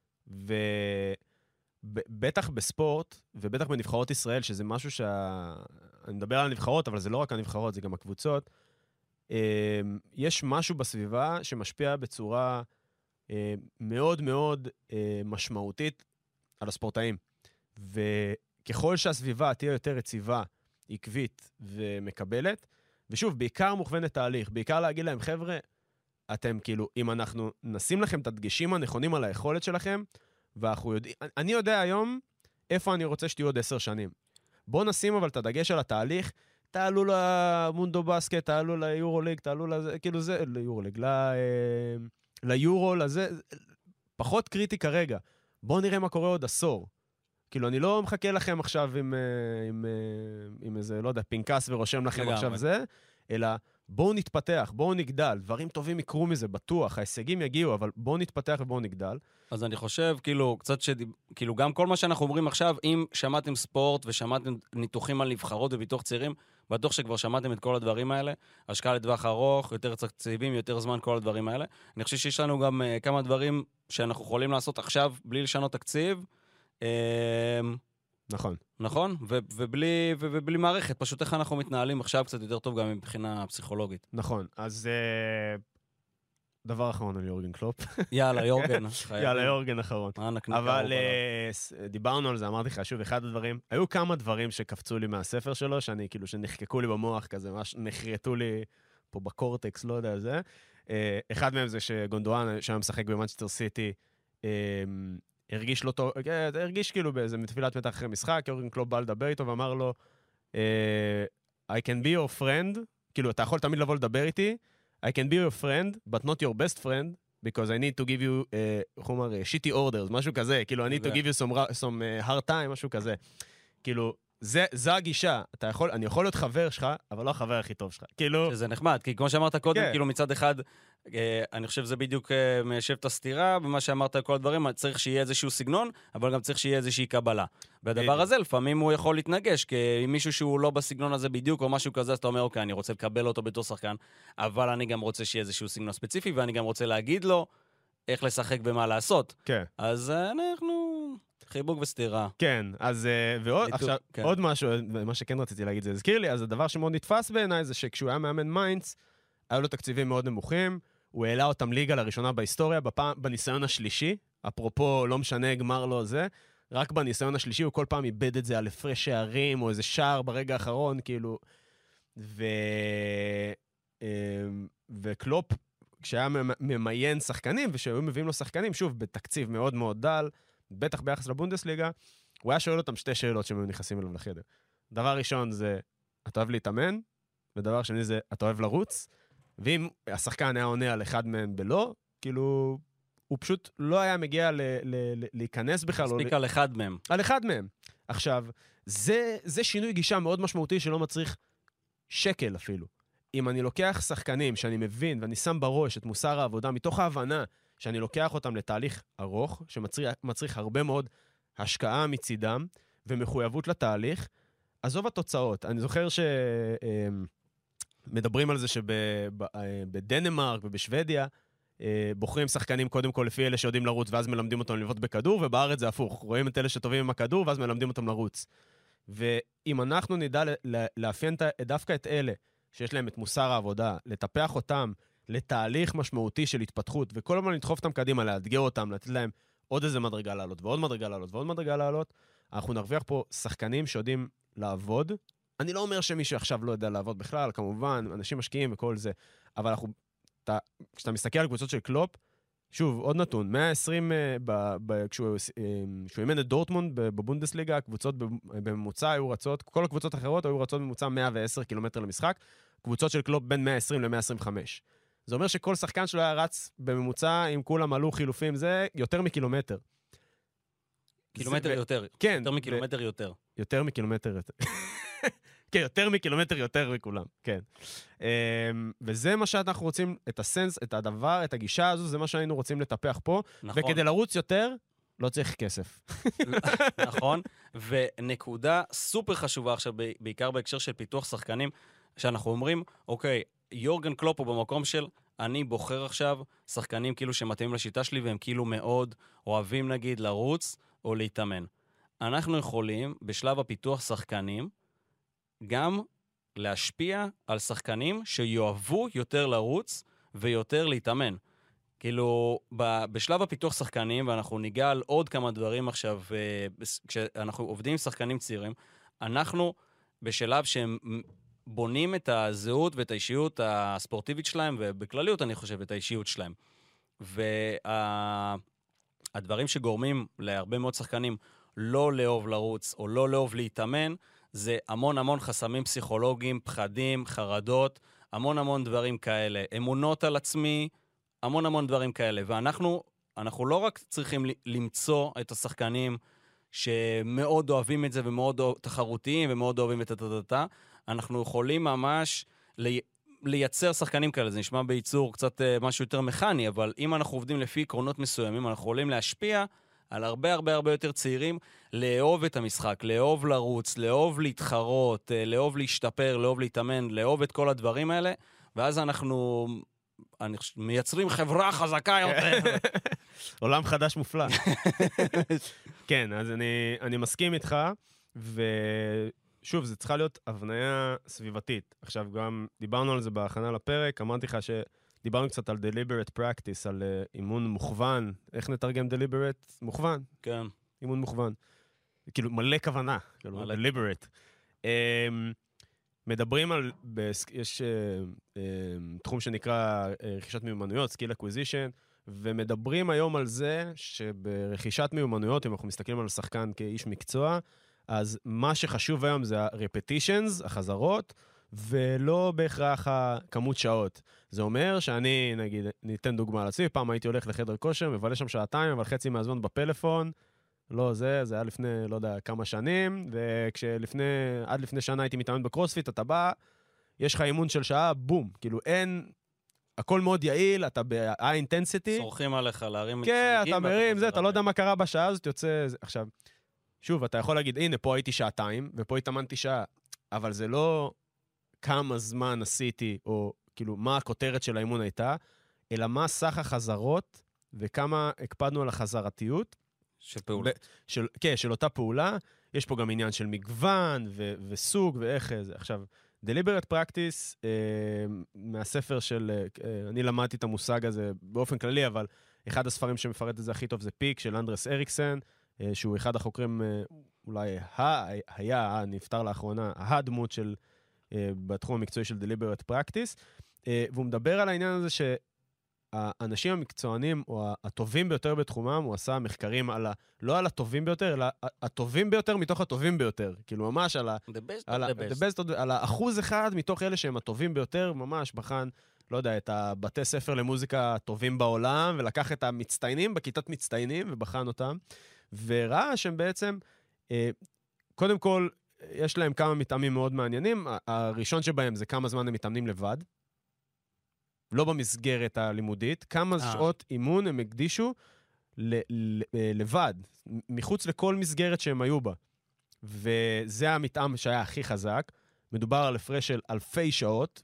ובטח בספורט, ובטח בנבחרות ישראל, שזה משהו אני מדבר על הנבחרות, אבל זה לא רק הנבחרות, זה גם הקבוצות, יש משהו בסביבה שמשפיע בצורה מאוד מאוד משמעותית על הספורטאים. וככל שהסביבה תהיה יותר רציבה, עקבית ומקבלת, ושוב, בעיקר מוכוונת תהליך, בעיקר להגיד להם, חבר'ה, אתם כאילו, אם אנחנו נשים לכם את הדגשים הנכונים על היכולת שלכם, ואנחנו יודעים, אני יודע היום איפה אני רוצה שתהיו עוד 10 שנים. בואו נשים אבל את הדגש על התהליך, תעלו למונדו בסקט, תעלו ליורוליג, תעלו לזה, כאילו זה, ליורוליג, ליורו, לזה, פחות קריטי כרגע. בואו נראה מה קורה עוד עשור. כאילו, אני לא מחכה לכם עכשיו עם איזה, לא יודע, פנקס ורושם לכם עכשיו זה, אלא בואו נתפתח, בואו נגדל, דברים טובים יקרו מזה, בטוח, ההישגים יגיעו, אבל בואו נתפתח ובואו נגדל.
אז אני חושב, כאילו, קצת כאילו, גם כל מה שאנחנו אומרים עכשיו, אם שמעתם ספורט ושמעתם ניתוחים על נבחרות וביטוח צעירים, בטוח שכבר שמעתם את כל הדברים האלה, השקעה לטווח ארוך, יותר תקציבים, יותר זמן, כל הדברים האלה. אני חושב שיש לנו גם כמה דברים שאנחנו יכולים לעשות עכשיו, בלי לשנות תקציב.
נכון.
נכון? ובלי מערכת, פשוט איך אנחנו מתנהלים עכשיו קצת יותר טוב גם מבחינה פסיכולוגית.
נכון, אז דבר אחרון על יורגן קלופ.
יאללה, יורגן.
יאללה, יורגן אחרון. אבל דיברנו על זה, אמרתי לך, שוב, אחד הדברים, היו כמה דברים שקפצו לי מהספר שלו, שאני כאילו, שנחקקו לי במוח כזה, נחרטו לי פה בקורטקס, לא יודע זה. אחד מהם זה שגונדואן, שם משחק במנצ'סטר סיטי, הרגיש לא טוב, הרגיש כאילו באיזה מתפילת מתח אחרי משחק, יורגן קלופ בא לדבר איתו ואמר לו, I can be your friend, כאילו, אתה יכול תמיד לבוא לדבר איתי, I can be your friend, but not your best friend, because I need to give you, איך אומר, shitty orders, משהו כזה, כאילו, I need to give you some hard time, משהו כזה. כאילו, זה הגישה, אני יכול להיות חבר שלך, אבל לא החבר הכי טוב שלך. כאילו...
שזה נחמד, כי כמו שאמרת קודם, כאילו מצד אחד, אני חושב שזה בדיוק מיישב את הסתירה, במה שאמרת כל הדברים, צריך שיהיה איזשהו סגנון, אבל גם צריך שיהיה איזושהי קבלה. והדבר הזה, לפעמים הוא יכול להתנגש, כי אם מישהו שהוא לא בסגנון הזה בדיוק, או משהו כזה, אז אתה אומר, אוקיי, אני רוצה לקבל אותו בתור שחקן, אבל אני גם רוצה שיהיה איזשהו סגנון ספציפי, ואני גם רוצה להגיד לו איך לשחק ומה לעשות.
כן.
אז אנחנו... חיבוק וסתירה.
כן, אז ועוד, עכשיו, עוד משהו, מה שכן רציתי להגיד זה, הזכיר לי, אז הדבר שמאוד נתפס בעיניי זה שכשהוא היה מאמן מיינדס, היו לו תקציבים מאוד נמוכים, הוא העלה אותם ליגה לראשונה בהיסטוריה, בניסיון השלישי, אפרופו לא משנה, גמר לו זה, רק בניסיון השלישי הוא כל פעם איבד את זה על הפרש שערים, או איזה שער ברגע האחרון, כאילו, וקלופ, כשהיה ממיין שחקנים, ושהיו מביאים לו שחקנים, שוב, בתקציב מאוד מאוד דל, בטח ביחס לבונדסליגה, הוא היה שואל אותם שתי שאלות שהם היו נכנסים אליו לחדר. דבר ראשון זה, אתה אוהב להתאמן, ודבר שני זה, אתה אוהב לרוץ, ואם השחקן היה עונה על אחד מהם בלא, כאילו, הוא פשוט לא היה מגיע להיכנס בכלל.
מספיק על אחד מהם.
על אחד מהם. עכשיו, זה שינוי גישה מאוד משמעותי שלא מצריך שקל אפילו. אם אני לוקח שחקנים שאני מבין, ואני שם בראש את מוסר העבודה, מתוך ההבנה שאני לוקח אותם לתהליך ארוך, שמצריך הרבה מאוד השקעה מצידם, ומחויבות לתהליך, עזוב התוצאות. אני זוכר שמדברים על זה שבדנמרק ובשוודיה, בוחרים שחקנים קודם כל לפי אלה שיודעים לרוץ, ואז מלמדים אותם לבעוט בכדור, ובארץ זה הפוך. רואים את אלה שטובים עם הכדור, ואז מלמדים אותם לרוץ. ואם אנחנו נדע לאפיין דווקא את אלה, שיש להם את מוסר העבודה, לטפח אותם, לתהליך משמעותי של התפתחות, וכל הזמן לדחוף אותם קדימה, לאתגר אותם, לתת להם עוד איזה מדרגה לעלות, ועוד מדרגה לעלות, ועוד מדרגה לעלות, אנחנו נרוויח פה שחקנים שיודעים לעבוד. אני לא אומר שמישהו עכשיו לא יודע לעבוד בכלל, כמובן, אנשים משקיעים וכל זה, אבל כשאתה מסתכל על קבוצות של קלופ, שוב, עוד נתון, 120, כשהוא אימן את דורטמונד בבונדסליגה, הקבוצות בממוצע היו רצות, כל הקבוצות האחרות היו רצות בממוצע 110 קילומטר למשחק, קבוצות של קלופ בין 120 ל-125. זה אומר שכל שחקן שלו היה רץ בממוצע, אם כולם עלו חילופים, זה יותר מקילומטר.
קילומטר יותר.
כן.
יותר מקילומטר יותר.
יותר מקילומטר יותר. כן, יותר מקילומטר יותר מכולם, כן. וזה מה שאנחנו רוצים, את הסנס, את הדבר, את הגישה הזו, זה מה שהיינו רוצים לטפח פה. נכון. וכדי לרוץ יותר, לא צריך כסף.
נכון, ונקודה סופר חשובה עכשיו, בעיקר בהקשר של פיתוח שחקנים, שאנחנו אומרים, אוקיי, יורגן קלופ הוא במקום של, אני בוחר עכשיו שחקנים כאילו שמתאימים לשיטה שלי, והם כאילו מאוד אוהבים נגיד לרוץ או להתאמן. אנחנו יכולים בשלב הפיתוח שחקנים, גם להשפיע על שחקנים שיואהבו יותר לרוץ ויותר להתאמן. כאילו, בשלב הפיתוח שחקנים, ואנחנו ניגע על עוד כמה דברים עכשיו, כשאנחנו עובדים עם שחקנים צעירים, אנחנו בשלב שהם בונים את הזהות ואת האישיות הספורטיבית שלהם, ובכלליות אני חושב את האישיות שלהם. והדברים שגורמים להרבה מאוד שחקנים לא לאהוב לרוץ או לא לאהוב להתאמן, זה המון המון חסמים פסיכולוגיים, פחדים, חרדות, המון המון דברים כאלה. אמונות על עצמי, המון המון דברים כאלה. ואנחנו לא רק צריכים למצוא את השחקנים שמאוד אוהבים את זה ומאוד תחרותיים ומאוד אוהבים את התדתה, אנחנו יכולים ממש לייצר שחקנים כאלה. זה נשמע בייצור קצת משהו יותר מכני, אבל אם אנחנו עובדים לפי עקרונות מסוימים, אנחנו יכולים להשפיע על הרבה הרבה הרבה יותר צעירים לאהוב את המשחק, לאהוב לרוץ, לאהוב להתחרות, לאהוב להשתפר, לאהוב להתאמן, לאהוב את כל הדברים האלה, ואז אנחנו מייצרים חברה חזקה יותר.
עולם חדש מופלא. כן, אז אני מסכים איתך, ושוב, זה צריכה להיות הבניה סביבתית. עכשיו, גם דיברנו על זה בהכנה לפרק, אמרתי לך דיברנו קצת על deliberate practice, על אימון מוכוון. איך נתרגם deliberate? מוכוון.
כן.
אימון מוכוון. כאילו, מלא כוונה. כאילו, deliberate. מדברים על, יש תחום שנקרא רכישת מיומנויות, skill acquisition, ומדברים היום על זה שברכישת מיומנויות, אם אנחנו מסתכלים על שחקן כאיש מקצוע, אז מה שחשוב היום זה ה-repetitions, החזרות, ולא בהכרח הכמות שעות. זה אומר שאני, נגיד, ניתן דוגמה על עצמי, פעם הייתי הולך לחדר כושר, מבלה שם שעתיים, אבל חצי מהזמן בפלאפון, לא זה היה לפני, לא יודע, כמה שנים, עד לפני שנה הייתי מתאמן בקרוספיט, אתה בא, יש לך אימון של שעה, בום, כאילו אין, הכל מאוד יעיל, אתה ב-high-intensity.
צורכים עליך להרים...
כן, אתה מרים, זה, אתה לא יודע מה קרה בשעה הזאת, יוצא... עכשיו, שוב, אתה יכול להגיד, הנה, פה הייתי שעתיים, ופה התאמנתי שעה, אבל זה לא כמה זמן עשיתי, או כאילו, מה הכותרת של האימון הייתה, אלא מה סך החזרות, וכמה הקפדנו על החזרתיות.
של פעולה.
כן, של אותה פעולה. יש פה גם עניין של מגוון, וסוג, ואיך זה. עכשיו, deliberate practice, מהספר של, אני למדתי את המושג הזה באופן כללי, אבל אחד הספרים שמפרט את זה הכי טוב זה פיק של אנדרס אריקסן, שהוא אחד החוקרים, אולי נפטר לאחרונה, הדמות של, בתחום המקצועי של deliberate practice, והוא מדבר על העניין הזה שהאנשים המקצוענים, או הטובים ביותר בתחומם, הוא עשה מחקרים לא על הטובים ביותר, אלא הטובים ביותר מתוך הטובים ביותר. כאילו ממש על על האחוז אחד מתוך אלה שהם הטובים ביותר, ממש בחן, לא יודע, את הבתי ספר למוזיקה הטובים בעולם, ולקח את המצטיינים בכיתת מצטיינים, ובחן אותם. וראה שהם בעצם, קודם כל, יש להם כמה מתאמים מאוד מעניינים. הראשון שבהם זה כמה זמן הם מתאמנים לבד, לא במסגרת הלימודית, כמה שעות אימון הם הקדישו לבד, מחוץ לכל מסגרת שהם היו בה. וזה המתאם שהיה הכי חזק. מדובר על הפרש של אלפי שעות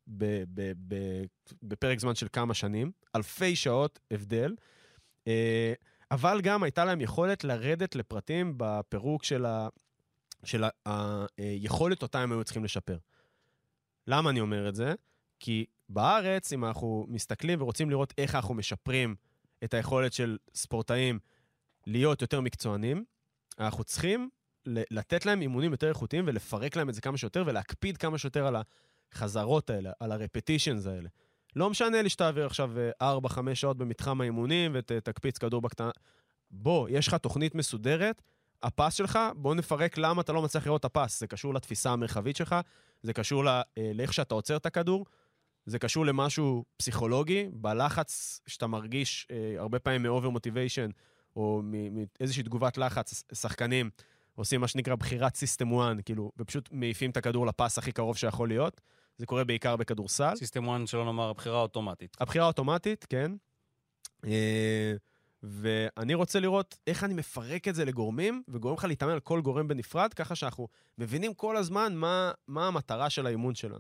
בפרק זמן של כמה שנים, אלפי שעות הבדל, אבל גם הייתה להם יכולת לרדת לפרטים בפירוק של היכולת אותה הם היו צריכים לשפר. למה אני אומר את זה? כי בארץ, אם אנחנו מסתכלים ורוצים לראות איך אנחנו משפרים את היכולת של ספורטאים להיות יותר מקצוענים, אנחנו צריכים לתת להם אימונים יותר איכותיים ולפרק להם את זה כמה שיותר ולהקפיד כמה שיותר על החזרות האלה, על הרפטישנס האלה. לא משנה לי שתעביר עכשיו 4-5 שעות במתחם האימונים ותקפיץ כדור בקטנה. בוא, יש לך תוכנית מסודרת, הפס שלך, בוא נפרק למה אתה לא מצליח לראות את הפס. זה קשור לתפיסה המרחבית שלך, זה קשור לאיך שאתה עוצר את הכדור, זה קשור למשהו פסיכולוגי, בלחץ שאתה מרגיש הרבה פעמים מאובר מוטיביישן, או מאיזושהי תגובת לחץ, שחקנים עושים מה שנקרא בחירת סיסטם 1, כאילו, ופשוט מעיפים את הכדור לפס הכי קרוב שיכול להיות. זה קורה בעיקר בכדורסל.
סיסטם 1 שלא נאמר, הבחירה האוטומטית.
הבחירה האוטומטית, כן. ואני רוצה לראות איך אני מפרק את זה לגורמים, וגורם לך להתאמן על כל גורם בנפרד, ככה שאנחנו מבינים כל הזמן מה המטרה של האימון שלנו.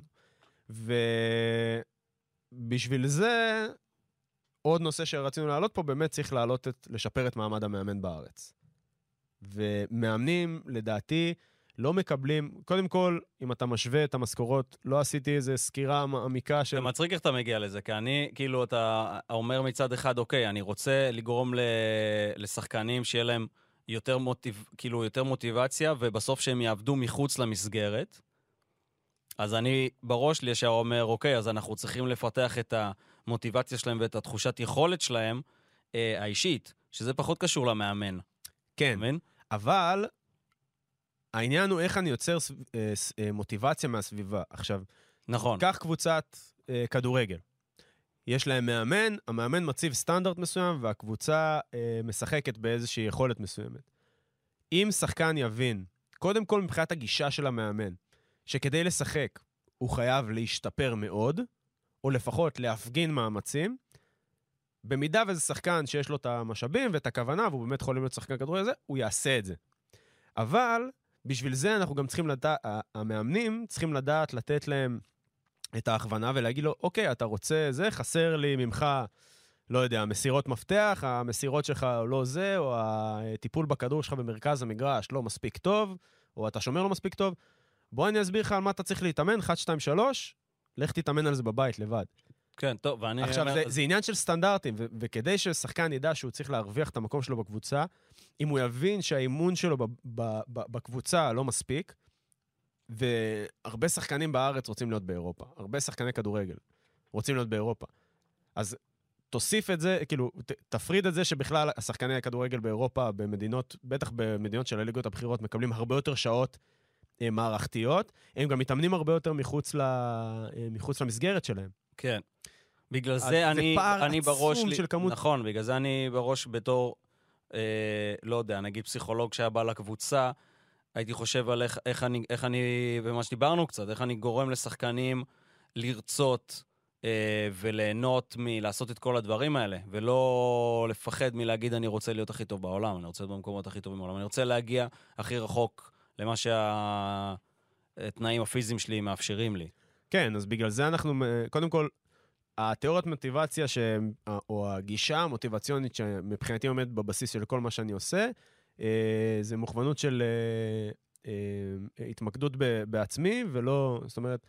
ובשביל זה, עוד נושא שרצינו להעלות פה, באמת צריך לשפר את מעמד המאמן בארץ. ומאמנים, לדעתי, לא מקבלים, קודם כל, אם אתה משווה את המשכורות, לא עשיתי איזו סקירה מעמיקה של...
זה מצחיק איך אתה מגיע לזה, כי אני, כאילו, אתה אומר מצד אחד, אוקיי, אני רוצה לגרום לשחקנים שיהיה להם יותר מוטיבציה, ובסוף שהם יעבדו מחוץ למסגרת. אז אני בראש לי ישר אומר, אוקיי, אז אנחנו צריכים לפתח את המוטיבציה שלהם ואת התחושת יכולת שלהם האישית, שזה פחות קשור למאמן.
כן, אבל העניין הוא איך אני יוצר מוטיבציה מהסביבה. עכשיו,
נכון.
קח קבוצת כדורגל. יש להם מאמן, המאמן מציב סטנדרט מסוים, והקבוצה משחקת באיזושהי יכולת מסוימת. אם שחקן יבין, קודם כל מבחינת הגישה של המאמן, שכדי לשחק הוא חייב להשתפר מאוד, או לפחות להפגין מאמצים, במידה וזה שחקן שיש לו את המשאבים ואת הכוונה, והוא באמת יכול להיות שחקן כדורגל הזה, הוא יעשה את זה. אבל בשביל זה אנחנו גם צריכים לדעת, המאמנים צריכים לדעת לתת להם את ההכוונה ולהגיד לו, אוקיי, אתה רוצה זה, חסר לי ממך, לא יודע, מסירות מפתח, המסירות שלך לא זה, או הטיפול בכדור שלך במרכז המגרש לא מספיק טוב, או אתה שומר לא מספיק טוב. בוא אני אסביר לך על מה אתה צריך להתאמן, 1, 2, 3, לך תתאמן על זה בבית לבד.
כן, טוב, ואני...
עכשיו, זה עניין של סטנדרטים, וכדי ששחקן ידע שהוא צריך להרוויח את המקום שלו בקבוצה, אם הוא יבין שהאימון שלו בקבוצה לא מספיק, והרבה שחקנים בארץ רוצים להיות באירופה, הרבה שחקני כדורגל רוצים להיות באירופה. אז תוסיף את זה, כאילו, תפריד את זה שבכלל השחקני הכדורגל באירופה, במדינות, בטח במדינות של הליגות הבחירות, מקבלים הרבה יותר שעות מערכתיות, הם גם מתאמנים הרבה יותר מחוץ למסגרת שלהם.
כן. בגלל זה אני בראש...
של כמות...
נכון, בגלל זה אני בראש בתור, לא יודע, נגיד פסיכולוג שהיה בא לקבוצה, הייתי חושב על איך אני, ומה שדיברנו קצת, איך אני גורם לשחקנים לרצות וליהנות מלעשות את כל הדברים האלה, ולא לפחד מלהגיד אני רוצה להיות הכי טוב בעולם, אני רוצה להיות במקומות הכי טובים בעולם, אני רוצה להגיע הכי רחוק למה שהתנאים הפיזיים שלי מאפשרים לי.
כן, אז בגלל זה אנחנו, קודם כל, התיאוריות מוטיבציה, או הגישה המוטיבציונית שמבחינתי עומדת בבסיס של כל מה שאני עושה, זה מוכוונות של התמקדות בעצמי, ולא, זאת אומרת,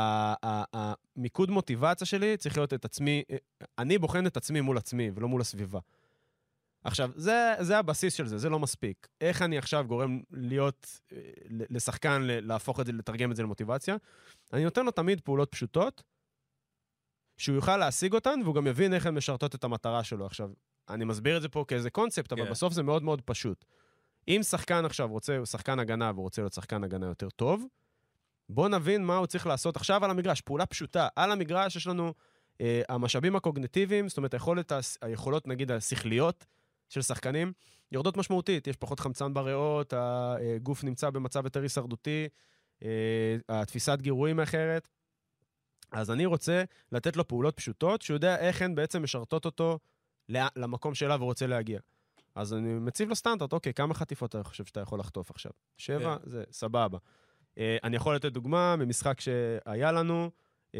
המיקוד מוטיבציה שלי צריך להיות את עצמי, אני בוחן את עצמי מול עצמי, ולא מול הסביבה. עכשיו, זה הבסיס של זה, זה לא מספיק. איך אני עכשיו גורם להיות, לשחקן, להפוך את זה, לתרגם את זה למוטיבציה? אני נותן לו תמיד פעולות פשוטות, שהוא יוכל להשיג אותן, והוא גם יבין איך הן משרתות את המטרה שלו. עכשיו, אני מסביר את זה פה כאיזה קונספט, אבל בסוף זה מאוד מאוד פשוט. אם שחקן עכשיו רוצה, הוא שחקן הגנה, והוא רוצה להיות שחקן הגנה יותר טוב, בוא נבין מה הוא צריך לעשות עכשיו על המגרש, פעולה פשוטה. על המגרש יש לנו המשאבים הקוגניטיביים, זאת אומרת, היכולות, נגיד, השכליות של שחקנים, יורדות משמעותית. יש פחות חמצן בריאות, הגוף נמצא במצב יותר הישרדותי, התפיסת גירויים אחרת. אז אני רוצה לתת לו פעולות פשוטות, שהוא יודע איך הן בעצם משרתות אותו למקום שאליו הוא רוצה להגיע. אז אני מציב לו סטנדרט, אוקיי, כמה חטיפות אתה חושב שאתה יכול לחטוף עכשיו? 7, זה סבבה. אני יכול לתת דוגמה ממשחק שהיה לנו,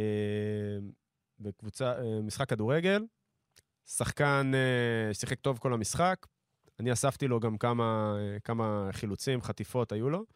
בקבוצה, משחק כדורגל, שחקן שיחק טוב כל המשחק, אני אספתי לו גם כמה חילוצים, חטיפות היו לו,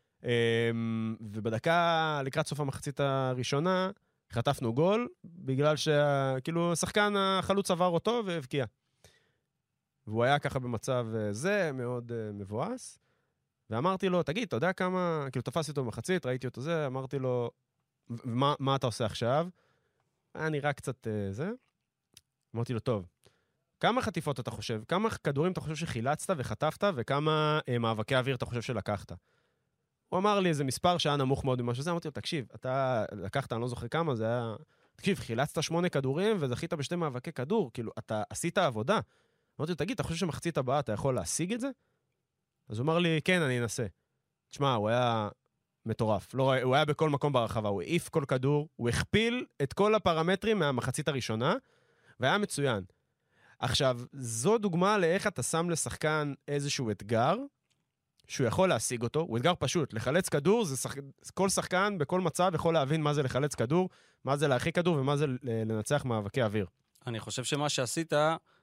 ובדקה לקראת סוף המחצית הראשונה, חטפנו גול, בגלל שכאילו השחקן החלוץ עבר אותו והבקיע. והוא היה ככה במצב זה, מאוד מבואס, ואמרתי לו, תגיד, אתה יודע כמה, כאילו תפסתי אותו במחצית, ראיתי אותו זה, אמרתי לו, מה אתה עושה עכשיו? היה נראה קצת זה. אמרתי לו, טוב, כמה חטיפות אתה חושב? כמה כדורים אתה חושב שחילצת וחטפת, וכמה מאבקי אוויר אתה חושב שלקחת? הוא אמר לי איזה מספר שהיה נמוך מאוד ממה שזה, אמרתי לו, תקשיב, אתה לקחת, אני לא זוכר כמה, זה היה... תקשיב, חילצת 8 כדורים וזכית ב2 מאבקי כדור, כאילו, אתה עשית עבודה. אמרתי לו, תגיד, אתה חושב שמחצית הבאה אתה יכול להשיג את זה? אז הוא אמר לי, כן, אני אנסה. תשמע, הוא היה מטורף. לא, הוא היה בכל מקום ברחבה, הוא העיף כל כדור, הוא הכפיל את כל הפרמטרים מהמחצית הראשונה, והיה מצוין. עכשיו, זו דוגמה לאיך אתה שם לשחקן איזשהו אתגר, שהוא יכול להשיג אותו, הוא אתגר פשוט. לחלץ כדור, כל שחקן בכל מצב יכול להבין מה זה לחלץ כדור, מה זה להרחיק כדור ומה זה לנצח מאבקי אוויר.
אני חושב שמה שעשית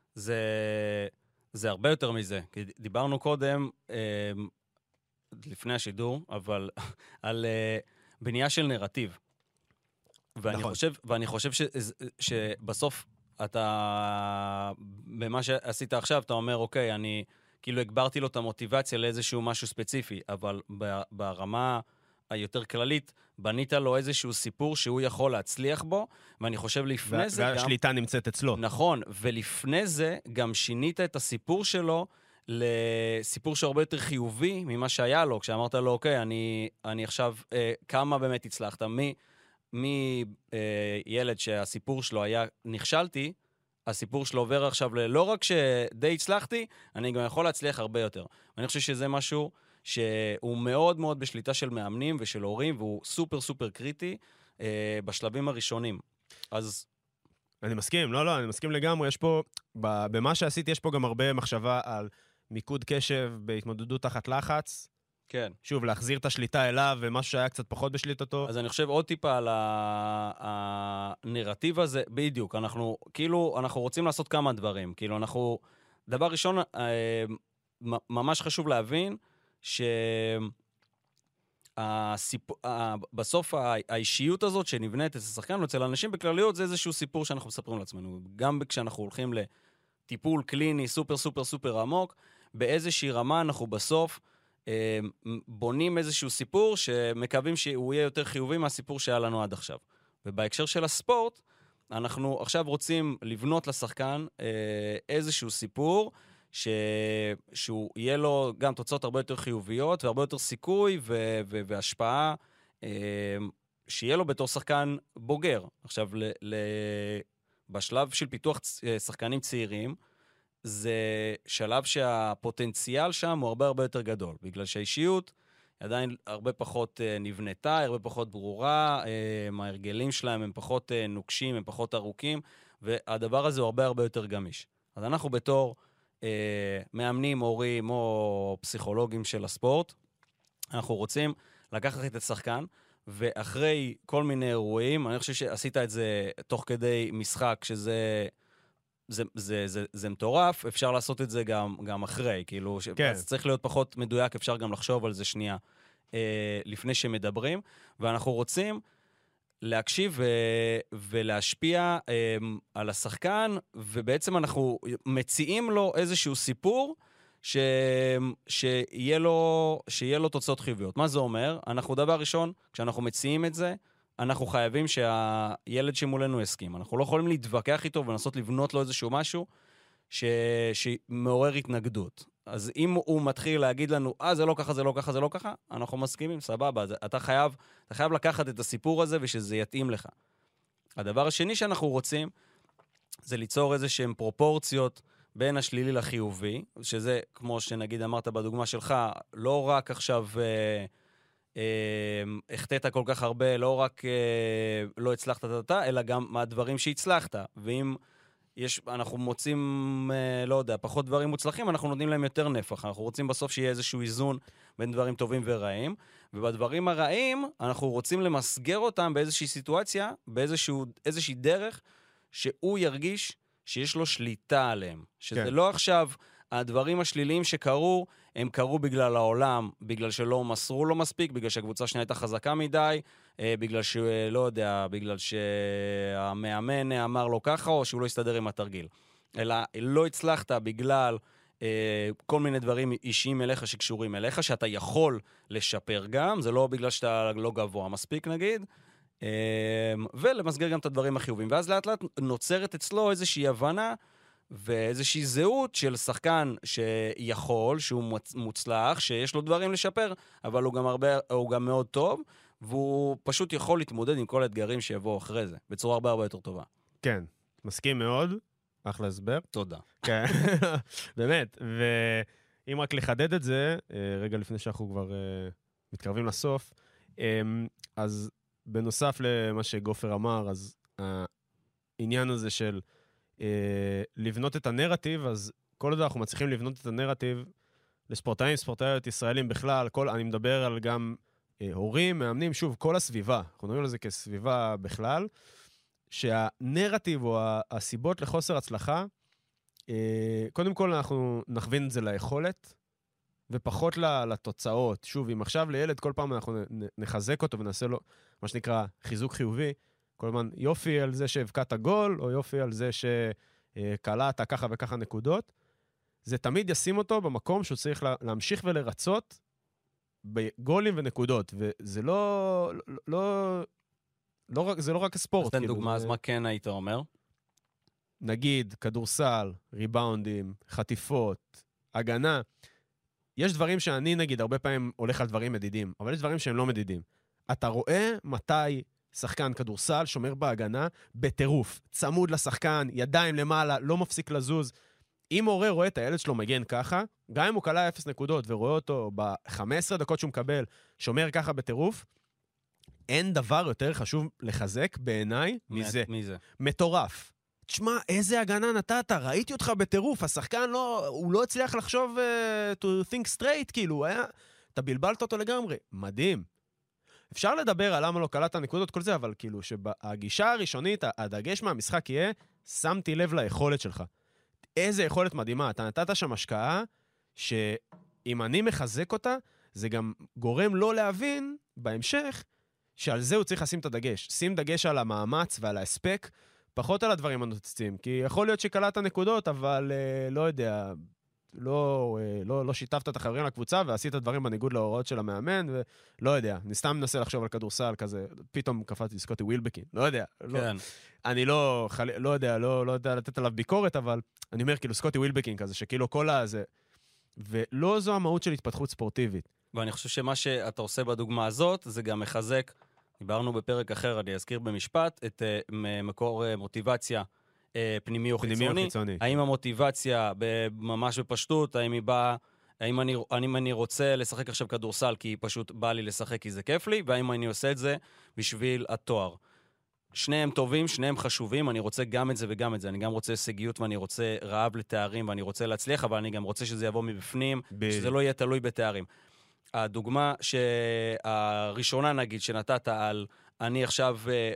זה הרבה יותר מזה. כי דיברנו קודם, לפני השידור, אבל על בנייה של נרטיב. ואני חושב שבסוף אתה, במה שעשית עכשיו, אתה אומר, אוקיי, אני כאילו הגברתי לו את המוטיבציה לאיזשהו משהו ספציפי, אבל ברמה היותר כללית, בנית לו איזשהו סיפור שהוא יכול להצליח בו, ואני חושב לפני זה גם...
והשליטה נמצאת אצלו.
נכון, ולפני זה גם שינית את הסיפור שלו לסיפור שהרבה יותר חיובי ממה שהיה לו, כשאמרת לו, אוקיי, אני עכשיו, כמה באמת הצלחת? מילד שהסיפור שלו היה נכשלתי, הסיפור שלו עובר עכשיו לא רק שדי הצלחתי, אני גם יכול להצליח הרבה יותר. ואני חושב שזה משהו שהוא מאוד מאוד בשליטה של מאמנים ושל הורים, והוא סופר סופר קריטי בשלבים הראשונים. אז...
אני מסכים, לא, אני מסכים לגמרי. יש פה, במה שעשיתי, יש פה גם הרבה מחשבה על מיקוד קשב בהתמודדות תחת לחץ.
כן.
שוב, להחזיר את השליטה אליו, ומשהו שהיה קצת פחות בשליטתו.
אז אני חושב עוד טיפה על הנרטיב הזה, בדיוק, אנחנו רוצים לעשות כמה דברים, דבר ראשון, ממש חשוב להבין, בסוף האישיות הזאת שנבנית אצל שחקן, אצל אנשים בכלליות, זה איזשהו סיפור שאנחנו מספרים לעצמנו, גם כשאנחנו הולכים לטיפול קליני סופר סופר סופר עמוק, באיזושהי רמה אנחנו בסוף, בונים איזשהו סיפור שמקווים שהוא יהיה יותר חיובי מהסיפור שהיה לנו עד עכשיו. ובהקשר של הספורט, אנחנו עכשיו רוצים לבנות לשחקן איזשהו סיפור שהוא יהיה לו גם תוצאות הרבה יותר חיוביות והרבה יותר סיכוי והשפעה שיהיה לו בתור שחקן בוגר. עכשיו, בשלב של פיתוח שחקנים צעירים, זה שלב שהפוטנציאל שם הוא הרבה הרבה יותר גדול, בגלל שהאישיות עדיין הרבה פחות נבנתה, הרבה פחות ברורה, ההרגלים שלהם הם פחות נוקשים, הם פחות ארוכים, והדבר הזה הוא הרבה הרבה יותר גמיש. אז אנחנו בתור מאמנים, הורים או פסיכולוגים של הספורט, אנחנו רוצים לקחת את השחקן, ואחרי כל מיני אירועים, אני חושב שעשית את זה תוך כדי משחק, שזה זה מטורף, אפשר לעשות את זה גם אחרי, כאילו,
כן.
אז צריך להיות פחות מדויק, אפשר גם לחשוב על זה שנייה לפני שמדברים, ואנחנו רוצים להקשיב ולהשפיע על השחקן, ובעצם אנחנו מציעים לו איזשהו סיפור שיהיה לו תוצאות חיוביות. מה זה אומר? אנחנו דבר ראשון, כשאנחנו מציעים את זה, אנחנו חייבים שהילד שמולנו יסכים. אנחנו לא יכולים להתווכח איתו ולנסות לבנות לו איזשהו משהו שמעורר התנגדות. אז אם הוא מתחיל להגיד לנו, זה לא ככה, זה לא ככה, זה לא ככה, אנחנו מסכימים, סבבה. אתה חייב לקחת את הסיפור הזה ושזה יתאים לך. הדבר השני שאנחנו רוצים, זה ליצור איזשהם פרופורציות בין השלילי לחיובי, שזה, כמו שנגיד אמרת בדוגמה שלך, לא רק עכשיו החטאת כל כך הרבה, לא רק לא הצלחת אלא גם מהדברים שהצלחת. ואם אנחנו מוצאים, לא יודע, פחות דברים מוצלחים, אנחנו נותנים להם יותר נפח. אנחנו רוצים בסוף שיהיה איזשהו איזון בין דברים טובים ורעים, ובדברים הרעים אנחנו רוצים למסגר אותם באיזושהי סיטואציה, באיזושהי דרך, שהוא ירגיש שיש לו שליטה עליהם. שזה לא עכשיו הדברים השליליים שקרו, הם קרו בגלל העולם, בגלל שלא מסרו לו מספיק, בגלל שהקבוצה שנייה הייתה חזקה מדי, בגלל שלא יודע, בגלל שהמאמן אמר לו ככה, או שהוא לא יסתדר עם התרגיל. אלא לא הצלחת בגלל כל מיני דברים אישיים אליך שקשורים אליך, שאתה יכול לשפר גם, זה לא בגלל שאתה לא גבוה מספיק נגיד, ולמסגר גם את הדברים החיובים. ואז לאט לאט נוצרת אצלו איזושהי הבנה, ואיזושהי זהות של שחקן שיכול, שהוא מוצלח, שיש לו דברים לשפר, אבל הוא גם מאוד טוב, והוא פשוט יכול להתמודד עם כל האתגרים שיבואו אחרי זה, בצורה הרבה הרבה יותר טובה.
כן, מסכים מאוד, אחלה הסבר.
תודה.
כן, באמת, ואם רק לחדד את זה, רגע לפני שאנחנו כבר מתקרבים לסוף, אז בנוסף למה שגופר אמר, אז העניין הזה של לבנות את הנרטיב, אז כל עוד אנחנו מצליחים לבנות את הנרטיב לספורטאים, ספורטאיות ישראלים בכלל, אני מדבר על גם הורים, מאמנים, שוב, כל הסביבה, אנחנו מדברים על זה כסביבה בכלל, שהנרטיב או הסיבות לחוסר הצלחה, קודם כל אנחנו נכווין את זה ליכולת, ופחות לתוצאות. שוב, אם עכשיו לילד כל פעם אנחנו נחזק אותו ונעשה לו מה שנקרא חיזוק חיובי, כל הזמן יופי על זה שהבקעת גול, או יופי על זה שקלעת ככה וככה נקודות, זה תמיד ישים אותו במקום שהוא צריך להמשיך ולרצות בגולים ונקודות, וזה זה לא רק הספורט.
אז תן דוגמה, אז מה כן היית אומר?
נגיד, כדורסל, ריבאונדים, חטיפות, הגנה. יש דברים שאני, נגיד, הרבה פעמים הולך על דברים מדידים, אבל יש דברים שהם לא מדידים. אתה רואה מתי שחקן כדורסל שומר בהגנה בטירוף, צמוד לשחקן, ידיים למעלה, לא מפסיק לזוז. אם הורה רואה את הילד שלו מגן ככה, גם אם הוא קלה 0 נקודות ורואה אותו ב-15 דקות שהוא מקבל, שומר ככה בטירוף, אין דבר יותר חשוב לחזק בעיניי מזה.
מזה.
מטורף. תשמע, איזה הגנה נתת, ראיתי אותך בטירוף, השחקן הוא לא הצליח לחשוב to think straight, כאילו, אתה בלבלת אותו לגמרי. מדהים. אפשר לדבר על למה לא קלט הנקודות, כל זה, אבל כאילו שהגישה הראשונית, הדגש מהמשחק יהיה, שמתי לב ליכולת שלך. איזה יכולת מדהימה. אתה נתת שם השקעה, שאם אני מחזק אותה, זה גם גורם לא להבין, בהמשך, שעל זה הוא צריך לשים את הדגש. שים דגש על המאמץ ועל ההספק, פחות על הדברים הנוצצים. כי יכול להיות שקלט הנקודות, אבל לא יודע, לא שיתפת את החברים לקבוצה, ועשית דברים בניגוד להוראות של המאמן, ולא יודע, אני סתם מנסה לחשוב על כדורסל כזה, פתאום קפצתי סקוטי ווילבקין, לא יודע.
כן.
אני לא יודע לתת עליו ביקורת, אבל אני אומר כאילו סקוטי ווילבקין כזה, שכאילו כל הזה, ולא זו המהות של התפתחות ספורטיבית.
ואני חושב שמה שאתה עושה בדוגמה הזאת, זה גם מחזק, דיברנו בפרק אחר, אני אזכיר במשפט, את מקור מוטיבציה פנימי או חיצוני. האם המוטיבציה ממש בפשטות, האם היא באה, האם אני רוצה לשחק עכשיו כדורסל כי פשוט בא לי לשחק כי זה כיף לי, והאם אני עושה את זה בשביל התואר. שניהם טובים, שניהם חשובים, אני רוצה גם את זה וגם את זה. אני גם רוצה הישגיות ואני רוצה רעב לתארים ואני רוצה להצליח, אבל אני גם רוצה שזה יבוא מבפנים, שזה לא יהיה תלוי בתארים. הדוגמה הראשונה נגיד שנתת על אני עכשיו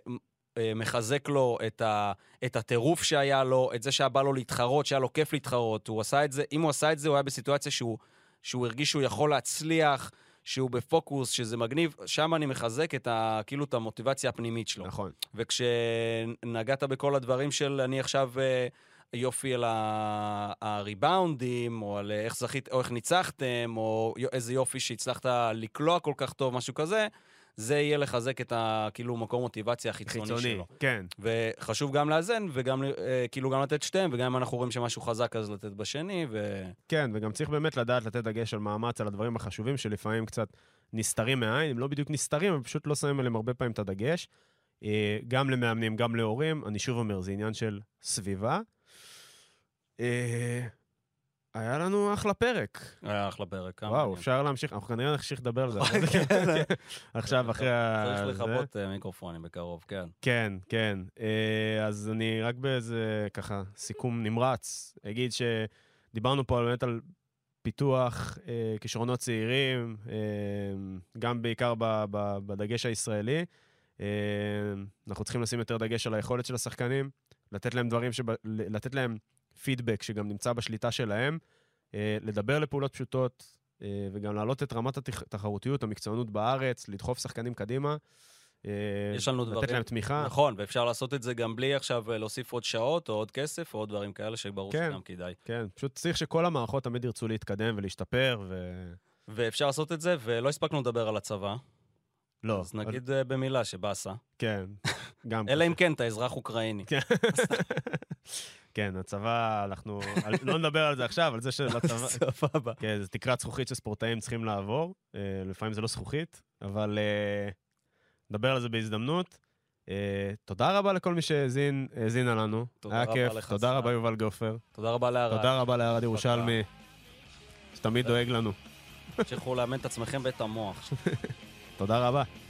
מחזק לו את הטירוף שהיה לו, את זה שבא לו להתחרות, שהיה לו כיף להתחרות, הוא עשה את זה, אם הוא עשה את זה הוא היה בסיטואציה שהוא הרגיש שהוא יכול להצליח, שהוא בפוקוס, שזה מגניב, שם אני מחזק כאילו את המוטיבציה הפנימית שלו.
נכון.
וכשנגעת בכל הדברים של אני עכשיו יופי על הריבאונדים, או על איך זכית, או איך ניצחתם, או איזה יופי שהצלחת לקלוע כל כך טוב, משהו כזה, זה יהיה לחזק את כאילו מקום מוטיבציה החיצוני שלו.
כן.
וחשוב גם לאזן, וגם כאילו גם לתת שתיהם, וגם אם אנחנו רואים שמשהו חזק אז לתת בשני,
כן, וגם צריך באמת לדעת לתת דגש על מאמץ, על הדברים החשובים שלפעמים קצת נסתרים מהעין, הם לא בדיוק נסתרים, הם פשוט לא שמים עליהם הרבה פעמים את הדגש. גם למאמנים, גם להורים, אני שוב אומר, זה עניין של סביבה. היה לנו אחלה פרק.
היה אחלה פרק.
וואו, אפשר להמשיך, אנחנו כנראה נמשיך לדבר על זה. עכשיו אחרי
צריך לכבות מיקרופונים בקרוב, כן.
כן, כן. אז אני רק באיזה ככה סיכום נמרץ, אגיד שדיברנו פה באמת על פיתוח כישרונות צעירים, גם בעיקר בדגש הישראלי. אנחנו צריכים לשים יותר דגש על היכולת של השחקנים, לתת להם פידבק שגם נמצא בשליטה שלהם, לדבר לפעולות פשוטות, וגם להעלות את רמת התחרותיות, המקצוענות בארץ, לדחוף שחקנים קדימה,
יש לנו דברים,
לתת להם תמיכה.
נכון, ואפשר לעשות את זה גם בלי עכשיו להוסיף עוד שעות, או עוד כסף, או עוד דברים כאלה שברור שגם כדאי.
כן, פשוט צריך שכל המערכות תמיד ירצו להתקדם ולהשתפר,
ואפשר לעשות את זה, ולא הספקנו לדבר על הצבא.
לא.
אז נגיד במילה שבאסה.
כן, גם.
אלא אם כן, אתה אזרח אוקראיני.
כן, הצבא, אנחנו לא נדבר על זה עכשיו, על זה של הצבא.
סבבה.
כן, זה תקרת זכוכית שספורטאים צריכים לעבור. לפעמים זה לא זכוכית, אבל נדבר על זה בהזדמנות. תודה רבה לכל מי שהאזינה לנו. היה כיף. תודה רבה יובל גופר.
תודה רבה לערד.
תודה רבה לערד ירושלמי, שתמיד דואג לנו.
תמשיכו לאמן את עצמכם ואת המוח.
תודה רבה.